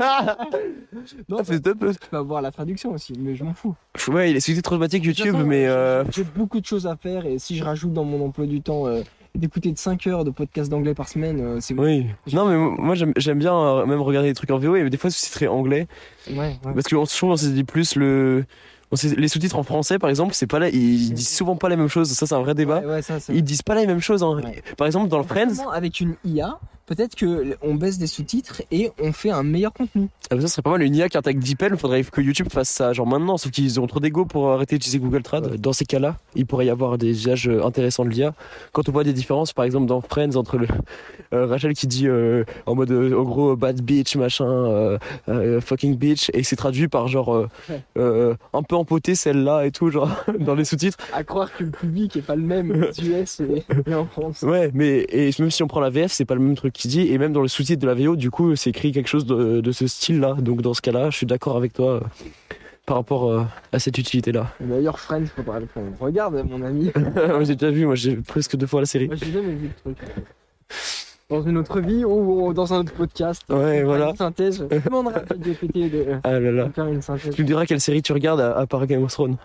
Non, c'est top. je peux avoir la traduction aussi, mais je m'en fous. Ouais, il est sous-titré automatique YouTube, J'attends, mais. J'ai beaucoup de choses à faire et si je rajoute dans mon emploi du temps d'écouter de 5 heures de podcast d'anglais par semaine, c'est bon. Oui. Non, mais moi j'aime bien même regarder des trucs en VO, mais des fois sous-titré anglais. Ouais. Parce que je trouve on s'est dit plus les sous-titres en français, par exemple, c'est pas là, ils disent souvent pas les mêmes choses. Ça, c'est un vrai débat. Ouais, ça, Ils disent pas les mêmes choses. Hein. Ouais. Par exemple, dans le Friends. Avec une IA, peut-être que on baisse des sous-titres et on fait un meilleur contenu. Ça serait pas mal une IA qui attaque DeepL. Faudrait que YouTube fasse ça, genre maintenant. Sauf qu'ils ont trop d'ego pour arrêter d'utiliser Google Trad. Ouais. Dans ces cas-là, il pourrait y avoir des usages intéressants de l'IA. Quand on voit des différences, par exemple, dans Friends, entre Rachel qui dit en mode en gros bad bitch, machin, fucking bitch, et c'est traduit par genre un peu empoté celle-là et tout, genre dans les sous-titres. À croire que le public est pas le même aux US et en France. Ouais, mais et même si on prend la VF, c'est pas le même truc qu'il dit, et même dans le sous-titre de la VO, du coup, c'est écrit quelque chose de ce style-là. Donc dans ce cas-là, je suis d'accord avec toi par rapport à cette utilité-là. D'ailleurs, Friends, faudra le prendre. Regarde, mon ami. Moi, j'ai déjà vu, moi j'ai presque 2 fois la série. Moi, j'ai jamais vu le truc. Dans une autre vie ou dans un autre podcast. Ouais, voilà. Une synthèse. Je demanderai à GPT de faire une synthèse. Tu me diras quelle série tu regardes à part Game of Thrones.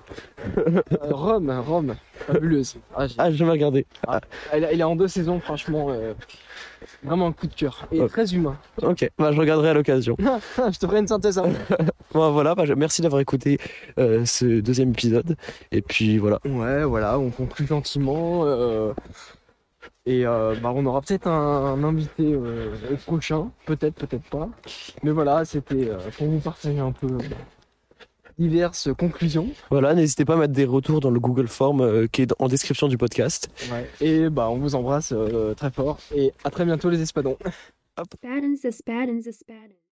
Rome. Fabuleuse. J'ai jamais regardé. Elle est en 2 saisons, franchement. Vraiment un coup de cœur. Et très humain. Ok, bah je regarderai à l'occasion. Je te ferai une synthèse après. Bon, voilà, merci d'avoir écouté ce 2e épisode. Et puis voilà. Ouais, voilà, on conclut gentiment. Et on aura peut-être un invité au prochain, peut-être pas. Mais voilà, c'était pour vous partager un peu diverses conclusions. Voilà, n'hésitez pas à mettre des retours dans le Google Form qui est en description du podcast. Ouais. Et on vous embrasse très fort et à très bientôt les espadons. Hop.